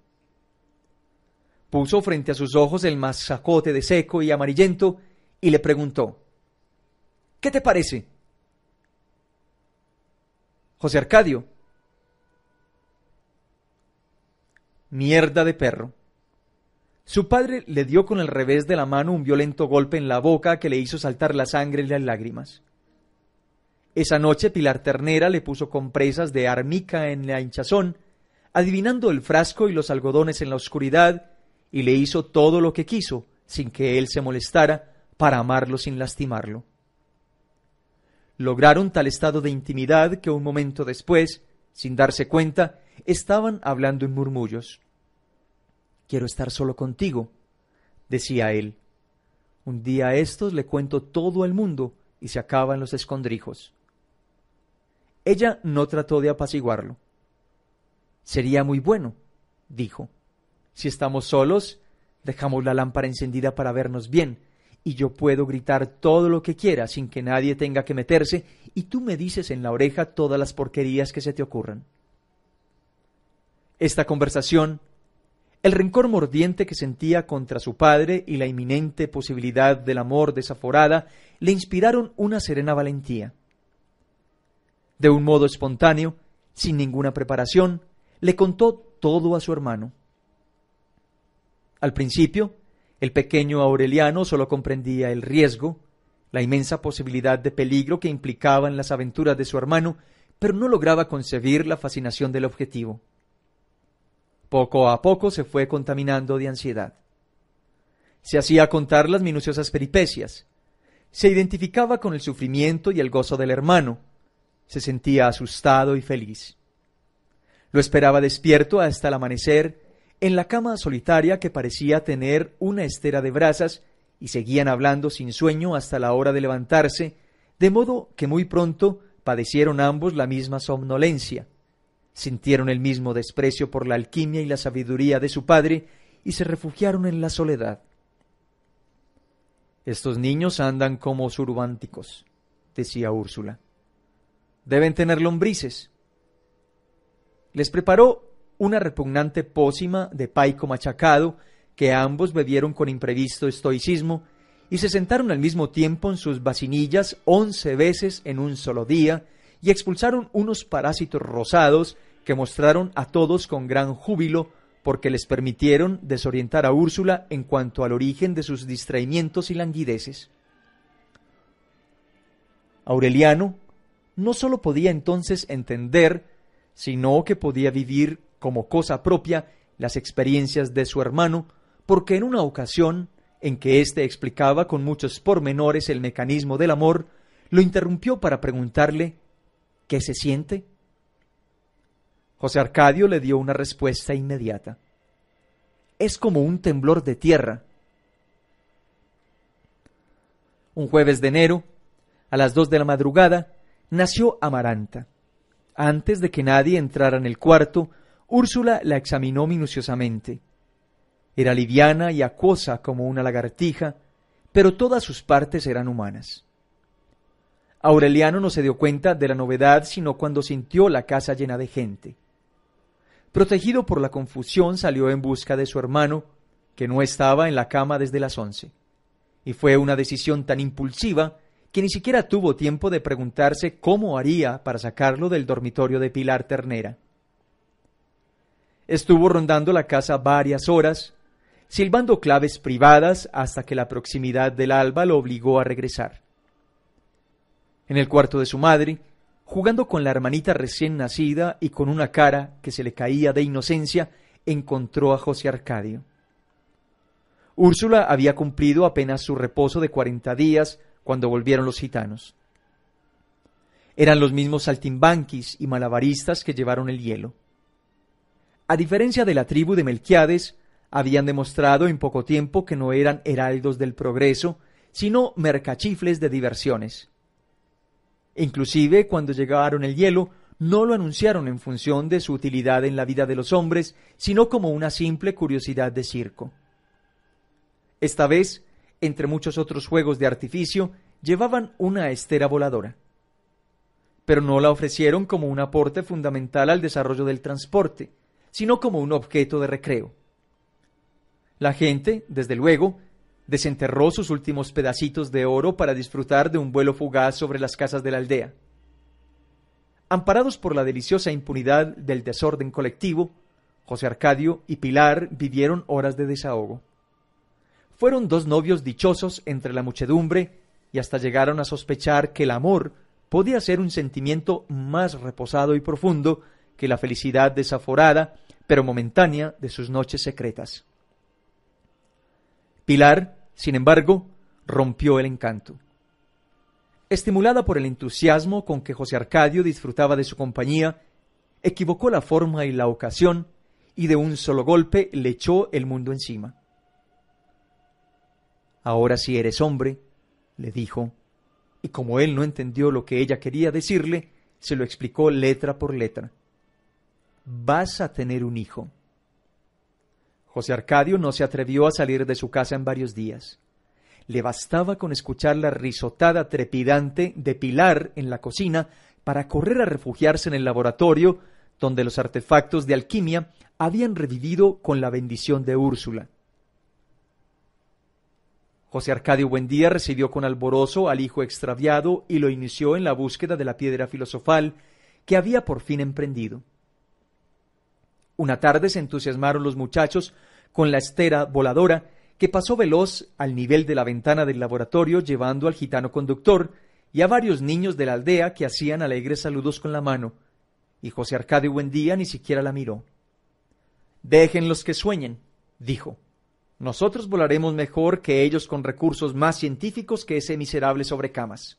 Puso frente a sus ojos el mazacote de seco y amarillento y le preguntó: ¿qué te parece? José Arcadio: mierda de perro. Su padre le dio con el revés de la mano un violento golpe en la boca que le hizo saltar la sangre y las lágrimas. Esa noche Pilar Ternera le puso compresas de armica en la hinchazón, adivinando el frasco y los algodones en la oscuridad, y le hizo todo lo que quiso, sin que él se molestara, para amarlo sin lastimarlo. Lograron tal estado de intimidad que un momento después, sin darse cuenta, estaban hablando en murmullos. «Quiero estar solo contigo», decía él. «Un día a estos le cuento todo al mundo y se acaban los escondrijos». Ella no trató de apaciguarlo. «Sería muy bueno», dijo. «Si estamos solos, dejamos la lámpara encendida para vernos bien, y yo puedo gritar todo lo que quiera sin que nadie tenga que meterse, y tú me dices en la oreja todas las porquerías que se te ocurran». Esta conversación, el rencor mordiente que sentía contra su padre y la inminente posibilidad del amor desaforada le inspiraron una serena valentía. De un modo espontáneo, sin ninguna preparación, le contó todo a su hermano. Al principio, el pequeño Aureliano solo comprendía el riesgo, la inmensa posibilidad de peligro que implicaban las aventuras de su hermano, pero no lograba concebir la fascinación del objetivo. Poco a poco se fue contaminando de ansiedad. Se hacía contar las minuciosas peripecias, se identificaba con el sufrimiento y el gozo del hermano, se sentía asustado y feliz. Lo esperaba despierto hasta el amanecer, en la cama solitaria que parecía tener una estera de brasas, y seguían hablando sin sueño hasta la hora de levantarse, de modo que muy pronto padecieron ambos la misma somnolencia, sintieron el mismo desprecio por la alquimia y la sabiduría de su padre, y se refugiaron en la soledad. «Estos niños andan como sururbánticos», decía Úrsula. «Deben tener lombrices». Les preparó una repugnante pócima de paico machacado que ambos bebieron con imprevisto estoicismo, y se sentaron al mismo tiempo en sus vacinillas once veces en un solo día, y expulsaron unos parásitos rosados que mostraron a todos con gran júbilo, porque les permitieron desorientar a Úrsula en cuanto al origen de sus distraimientos y languideces. Aureliano no sólo podía entonces entender, sino que podía vivir como cosa propia las experiencias de su hermano, porque en una ocasión en que éste explicaba con muchos pormenores el mecanismo del amor, lo interrumpió para preguntarle ¿qué se siente? José Arcadio le dio una respuesta inmediata. Es como un temblor de tierra. Un jueves de enero, a las dos de la madrugada, nació Amaranta. Antes de que nadie entrara en el cuarto, Úrsula la examinó minuciosamente. Era liviana y acuosa como una lagartija, pero todas sus partes eran humanas. Aureliano no se dio cuenta de la novedad sino cuando sintió la casa llena de gente. Protegido por la confusión, salió en busca de su hermano, que no estaba en la cama desde las once, y fue una decisión tan impulsiva que ni siquiera tuvo tiempo de preguntarse cómo haría para sacarlo del dormitorio de Pilar Ternera. Estuvo rondando la casa varias horas, silbando claves privadas hasta que la proximidad del alba lo obligó a regresar. En el cuarto de su madre, jugando con la hermanita recién nacida y con una cara que se le caía de inocencia, encontró a José Arcadio. Úrsula había cumplido apenas su reposo de cuarenta días cuando volvieron los gitanos. Eran los mismos saltimbanquis y malabaristas que llevaron el hielo. A diferencia de la tribu de Melquiades, habían demostrado en poco tiempo que no eran heraldos del progreso, sino mercachifles de diversiones. Inclusive, cuando llegaron el hielo, no lo anunciaron en función de su utilidad en la vida de los hombres, sino como una simple curiosidad de circo. Esta vez, entre muchos otros juegos de artificio, llevaban una estera voladora. Pero no la ofrecieron como un aporte fundamental al desarrollo del transporte, sino como un objeto de recreo. La gente, desde luego, desenterró sus últimos pedacitos de oro para disfrutar de un vuelo fugaz sobre las casas de la aldea. Amparados por la deliciosa impunidad del desorden colectivo, José Arcadio y Pilar vivieron horas de desahogo. Fueron dos novios dichosos entre la muchedumbre y hasta llegaron a sospechar que el amor podía ser un sentimiento más reposado y profundo que la felicidad desaforada, pero momentánea, de sus noches secretas. Pilar, sin embargo, rompió el encanto. Estimulada por el entusiasmo con que José Arcadio disfrutaba de su compañía, equivocó la forma y la ocasión, y de un solo golpe le echó el mundo encima. «Ahora sí eres hombre», le dijo, y como él no entendió lo que ella quería decirle, se lo explicó letra por letra. «Vas a tener un hijo». José Arcadio no se atrevió a salir de su casa en varios días. Le bastaba con escuchar la risotada trepidante de Pilar en la cocina para correr a refugiarse en el laboratorio, donde los artefactos de alquimia habían revivido con la bendición de Úrsula. José Arcadio Buendía recibió con alborozo al hijo extraviado y lo inició en la búsqueda de la piedra filosofal que había por fin emprendido. Una tarde se entusiasmaron los muchachos con la estera voladora que pasó veloz al nivel de la ventana del laboratorio, llevando al gitano conductor y a varios niños de la aldea que hacían alegres saludos con la mano, y José Arcadio Buendía ni siquiera la miró. «Déjenlos que sueñen», dijo. «Nosotros volaremos mejor que ellos con recursos más científicos que ese miserable sobrecamas».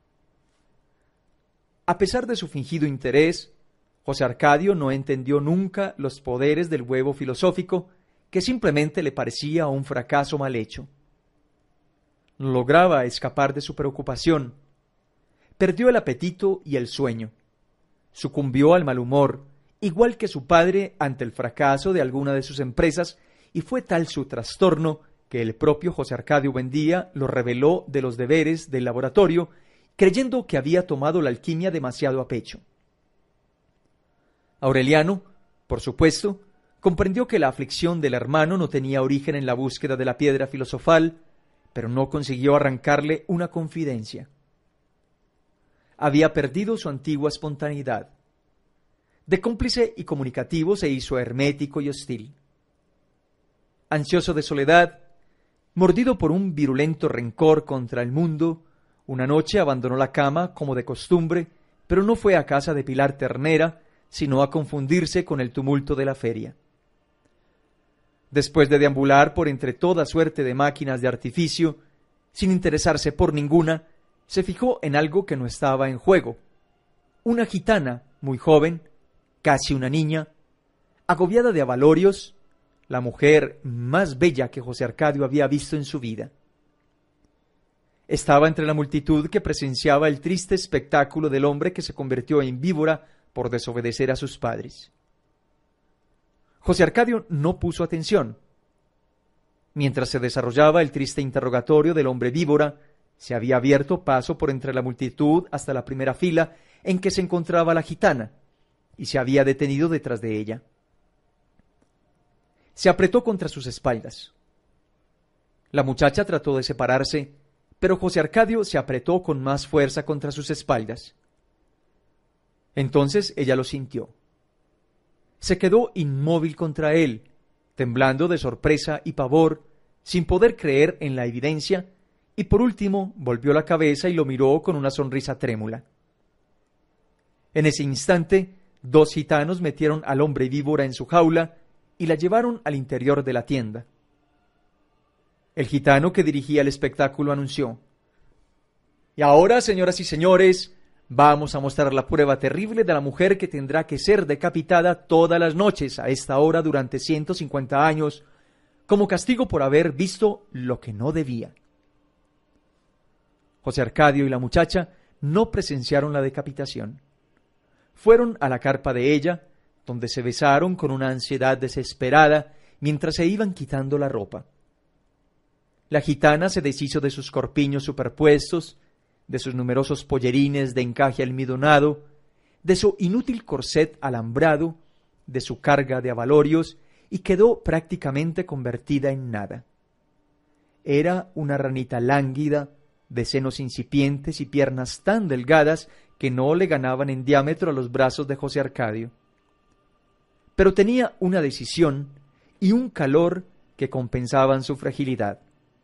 A pesar de su fingido interés, José Arcadio no entendió nunca los poderes del huevo filosófico, que simplemente le parecía un fracaso mal hecho. No lograba escapar de su preocupación. Perdió el apetito y el sueño. Sucumbió al mal humor, igual que su padre ante el fracaso de alguna de sus empresas, y fue tal su trastorno que el propio José Arcadio Buendía lo reveló de los deberes del laboratorio, creyendo que había tomado la alquimia demasiado a pecho. Aureliano, por supuesto, comprendió que la aflicción del hermano no tenía origen en la búsqueda de la piedra filosofal, pero no consiguió arrancarle una confidencia. Había perdido su antigua espontaneidad. De cómplice y comunicativo se hizo hermético y hostil. Ansioso de soledad, mordido por un virulento rencor contra el mundo, una noche abandonó la cama como de costumbre, pero no fue a casa de Pilar Ternera, sino a confundirse con el tumulto de la feria. Después de deambular por entre toda suerte de máquinas de artificio, sin interesarse por ninguna, se fijó en algo que no estaba en juego. Una gitana muy joven, casi una niña, agobiada de abalorios, la mujer más bella que José Arcadio había visto en su vida. Estaba entre la multitud que presenciaba el triste espectáculo del hombre que se convirtió en víbora por desobedecer a sus padres. José Arcadio no puso atención. Mientras se desarrollaba el triste interrogatorio del hombre víbora, se había abierto paso por entre la multitud hasta la primera fila en que se encontraba la gitana, y se había detenido detrás de ella. Se apretó contra sus espaldas. La muchacha trató de separarse, pero José Arcadio se apretó con más fuerza contra sus espaldas. Entonces ella lo sintió. Se quedó inmóvil contra él, temblando de sorpresa y pavor, sin poder creer en la evidencia, y por último volvió la cabeza y lo miró con una sonrisa trémula. En ese instante, dos gitanos metieron al hombre víbora en su jaula y la llevaron al interior de la tienda. El gitano que dirigía el espectáculo anunció: «Y ahora, señoras y señores, vamos a mostrar la prueba terrible de la mujer que tendrá que ser decapitada todas las noches a esta hora durante ciento cincuenta años, como castigo por haber visto lo que no debía». José Arcadio y la muchacha no presenciaron la decapitación. Fueron a la carpa de ella, donde se besaron con una ansiedad desesperada mientras se iban quitando la ropa. La gitana se deshizo de sus corpiños superpuestos, de sus numerosos pollerines de encaje almidonado, de su inútil corset alambrado, de su carga de abalorios, y quedó prácticamente convertida en nada. Era una ranita lánguida, de senos incipientes y piernas tan delgadas que no le ganaban en diámetro a los brazos de José Arcadio. Pero tenía una decisión y un calor que compensaban su fragilidad.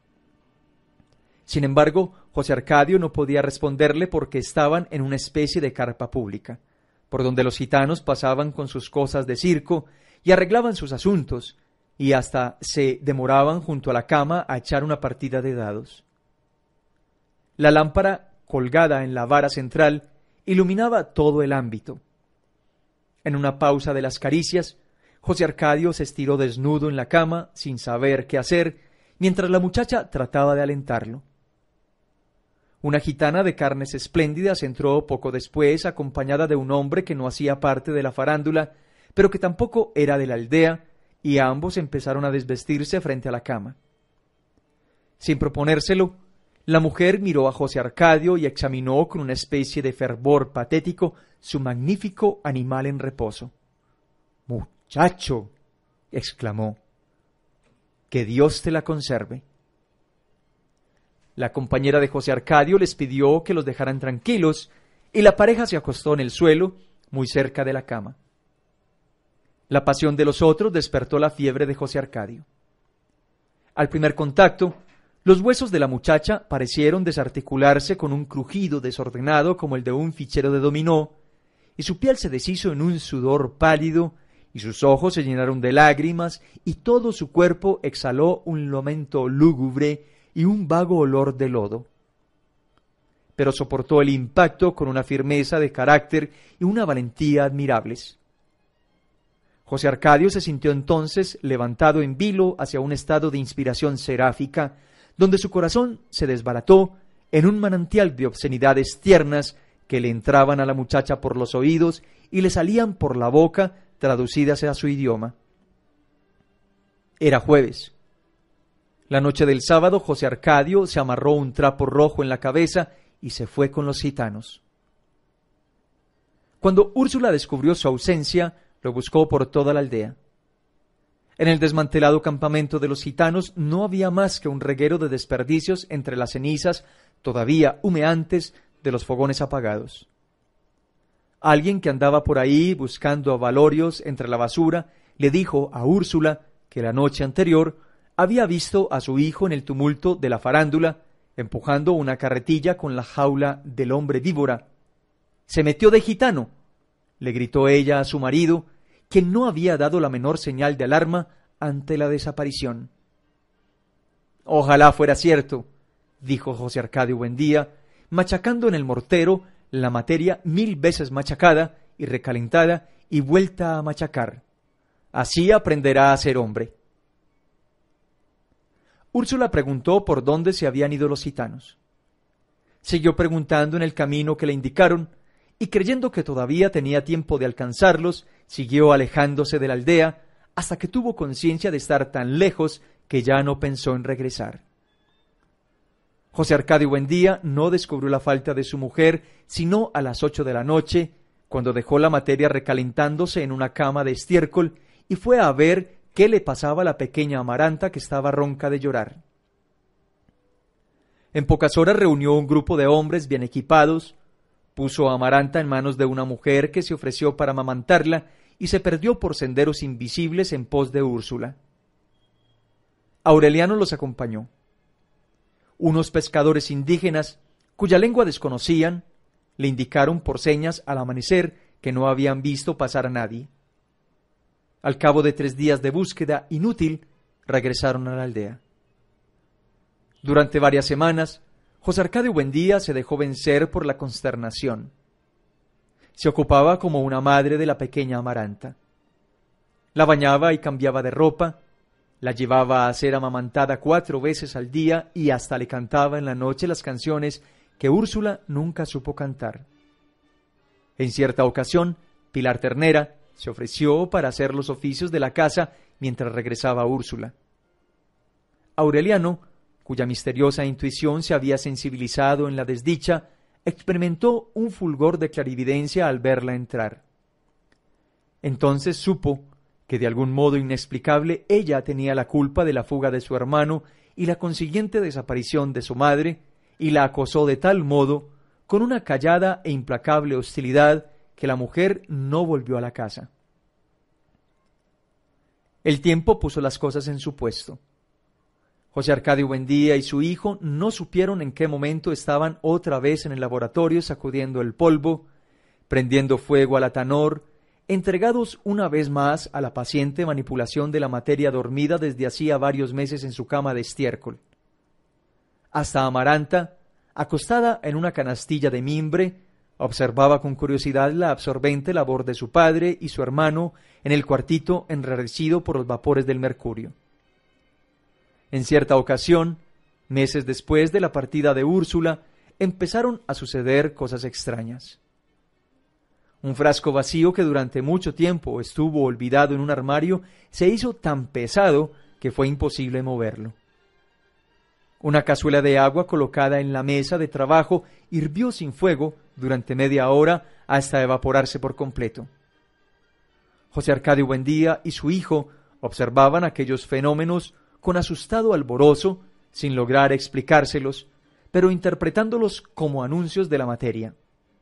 Sin embargo, José Arcadio no podía responderle porque estaban en una especie de carpa pública, por donde los gitanos pasaban con sus cosas de circo y arreglaban sus asuntos, y hasta se demoraban junto a la cama a echar una partida de dados. La lámpara, colgada en la vara central, iluminaba todo el ámbito. En una pausa de las caricias, José Arcadio se estiró desnudo en la cama, sin saber qué hacer, mientras la muchacha trataba de alentarlo. Una gitana de carnes espléndidas entró poco después, acompañada de un hombre que no hacía parte de la farándula, pero que tampoco era de la aldea, y ambos empezaron a desvestirse frente a la cama. Sin proponérselo, la mujer miró a José Arcadio y examinó con una especie de fervor patético su magnífico animal en reposo. «¡Muchacho!», exclamó. «¡Que Dios te la conserve!». La compañera de José Arcadio les pidió que los dejaran tranquilos y la pareja se acostó en el suelo, muy cerca de la cama. La pasión de los otros despertó la fiebre de José Arcadio. Al primer contacto, los huesos de la muchacha parecieron desarticularse con un crujido desordenado como el de un fichero de dominó, y su piel se deshizo en un sudor pálido, y sus ojos se llenaron de lágrimas, y todo su cuerpo exhaló un lamento lúgubre y un vago olor de lodo. Pero soportó el impacto con una firmeza de carácter y una valentía admirables. José Arcadio se sintió entonces levantado en vilo hacia un estado de inspiración seráfica, donde su corazón se desbarató en un manantial de obscenidades tiernas que le entraban a la muchacha por los oídos y le salían por la boca traducidas a su idioma. Era jueves. La noche del sábado, José Arcadio se amarró un trapo rojo en la cabeza y se fue con los gitanos. Cuando Úrsula descubrió su ausencia, lo buscó por toda la aldea. En el desmantelado campamento de los gitanos no había más que un reguero de desperdicios entre las cenizas todavía humeantes de los fogones apagados. Alguien que andaba por ahí buscando avalorios entre la basura le dijo a Úrsula que la noche anterior había visto a su hijo en el tumulto de la farándula empujando una carretilla con la jaula del hombre víbora. «Se metió de gitano», le gritó ella a su marido, quien no había dado la menor señal de alarma ante la desaparición. «Ojalá fuera cierto», dijo José Arcadio Buendía, machacando en el mortero la materia mil veces machacada y recalentada y vuelta a machacar. «Así aprenderá a ser hombre». Úrsula preguntó por dónde se habían ido los gitanos. Siguió preguntando en el camino que le indicaron, y creyendo que todavía tenía tiempo de alcanzarlos, siguió alejándose de la aldea hasta que tuvo conciencia de estar tan lejos que ya no pensó en regresar. José Arcadio Buendía no descubrió la falta de su mujer sino a las ocho de la noche, cuando dejó la materia recalentándose en una cama de estiércol y fue a ver qué le pasaba a la pequeña Amaranta, que estaba ronca de llorar. En pocas horas reunió un grupo de hombres bien equipados, puso a Amaranta en manos de una mujer que se ofreció para amamantarla y se perdió por senderos invisibles en pos de Úrsula. Aureliano los acompañó. Unos pescadores indígenas, cuya lengua desconocían, le indicaron por señas al amanecer que no habían visto pasar a nadie. Al cabo de tres días de búsqueda inútil, regresaron a la aldea. Durante varias semanas, José Arcadio Buendía se dejó vencer por la consternación. Se ocupaba como una madre de la pequeña Amaranta. La bañaba y cambiaba de ropa, la llevaba a ser amamantada cuatro veces al día y hasta le cantaba en la noche las canciones que Úrsula nunca supo cantar. En cierta ocasión, Pilar Ternera se ofreció para hacer los oficios de la casa mientras regresaba Úrsula. Aureliano, cuya misteriosa intuición se había sensibilizado en la desdicha, experimentó un fulgor de clarividencia al verla entrar. Entonces supo que de algún modo inexplicable ella tenía la culpa de la fuga de su hermano y la consiguiente desaparición de su madre, y la acosó de tal modo, con una callada e implacable hostilidad, que la mujer no volvió a la casa. El tiempo puso las cosas en su puesto. José Arcadio Buendía y su hijo no supieron en qué momento estaban otra vez en el laboratorio sacudiendo el polvo, prendiendo fuego al atanor, entregados una vez más a la paciente manipulación de la materia dormida desde hacía varios meses en su cama de estiércol. Hasta Amaranta, acostada en una canastilla de mimbre, observaba con curiosidad la absorbente labor de su padre y su hermano en el cuartito enrarecido por los vapores del mercurio. En cierta ocasión, meses después de la partida de Úrsula, empezaron a suceder cosas extrañas. Un frasco vacío que durante mucho tiempo estuvo olvidado en un armario se hizo tan pesado que fue imposible moverlo. Una cazuela de agua colocada en la mesa de trabajo hirvió sin fuego durante media hora hasta evaporarse por completo. José Arcadio Buendía y su hijo observaban aquellos fenómenos con asustado alborozo, sin lograr explicárselos, pero interpretándolos como anuncios de la materia.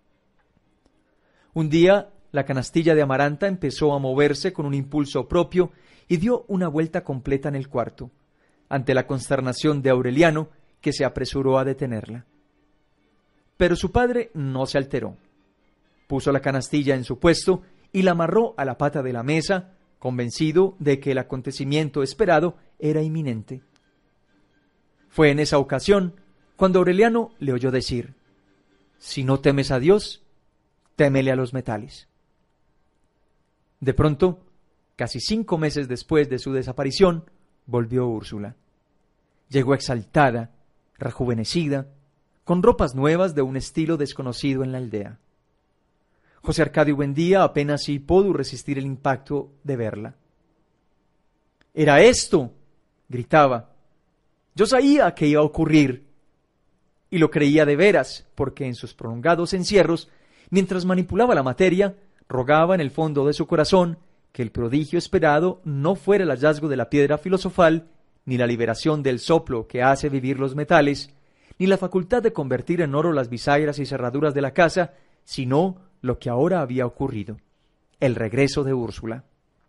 Un día, la canastilla de Amaranta empezó a moverse con un impulso propio y dio una vuelta completa en el cuarto, ante la consternación de Aureliano, que se apresuró a detenerla. Pero su padre no se alteró. Puso la canastilla en su puesto y la amarró a la pata de la mesa, convencido de que el acontecimiento esperado era inminente. Fue en esa ocasión cuando Aureliano le oyó decir: «Si no temes a Dios, témele a los metales». De pronto, casi cinco meses después de su desaparición, volvió Úrsula. Llegó exaltada, rejuvenecida, con ropas nuevas de un estilo desconocido en la aldea. José Arcadio Buendía apenas sí pudo resistir el impacto de verla. «¡Era esto!», gritaba. «Yo sabía que iba a ocurrir». Y lo creía de veras, porque en sus prolongados encierros, mientras manipulaba la materia, rogaba en el fondo de su corazón que el prodigio esperado no fuera el hallazgo de la piedra filosofal, ni la liberación del soplo que hace vivir los metales, ni la facultad de convertir en oro las bisagras y cerraduras de la casa, sino lo que ahora había ocurrido, el regreso de Úrsula.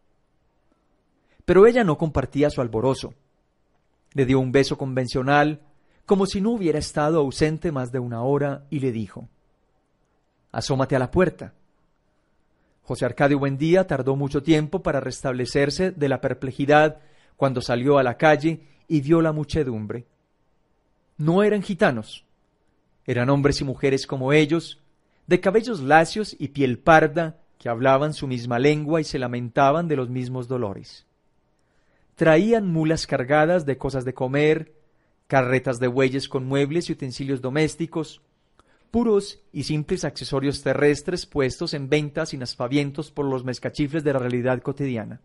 Pero ella no compartía su alborozo. Le dio un beso convencional, como si no hubiera estado ausente más de una hora, y le dijo: «Asómate a la puerta». José Arcadio Buendía tardó mucho tiempo para restablecerse de la perplejidad cuando salió a la calle y vio la muchedumbre. No eran gitanos, eran hombres y mujeres como ellos, de cabellos lacios y piel parda, que hablaban su misma lengua y se lamentaban de los mismos dolores. Traían mulas cargadas de cosas de comer, carretas de bueyes con muebles y utensilios domésticos, puros y simples accesorios terrestres puestos en venta sin aspavientos por los mezcachifles de la realidad cotidiana.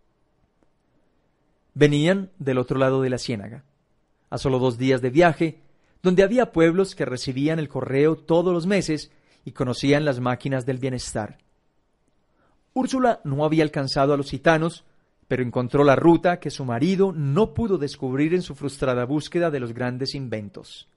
Venían del otro lado de la ciénaga, a solo dos días de viaje, donde había pueblos que recibían el correo todos los meses y conocían las máquinas del bienestar. Úrsula no había alcanzado a los gitanos, pero encontró la ruta que su marido no pudo descubrir en su frustrada búsqueda de los grandes inventos.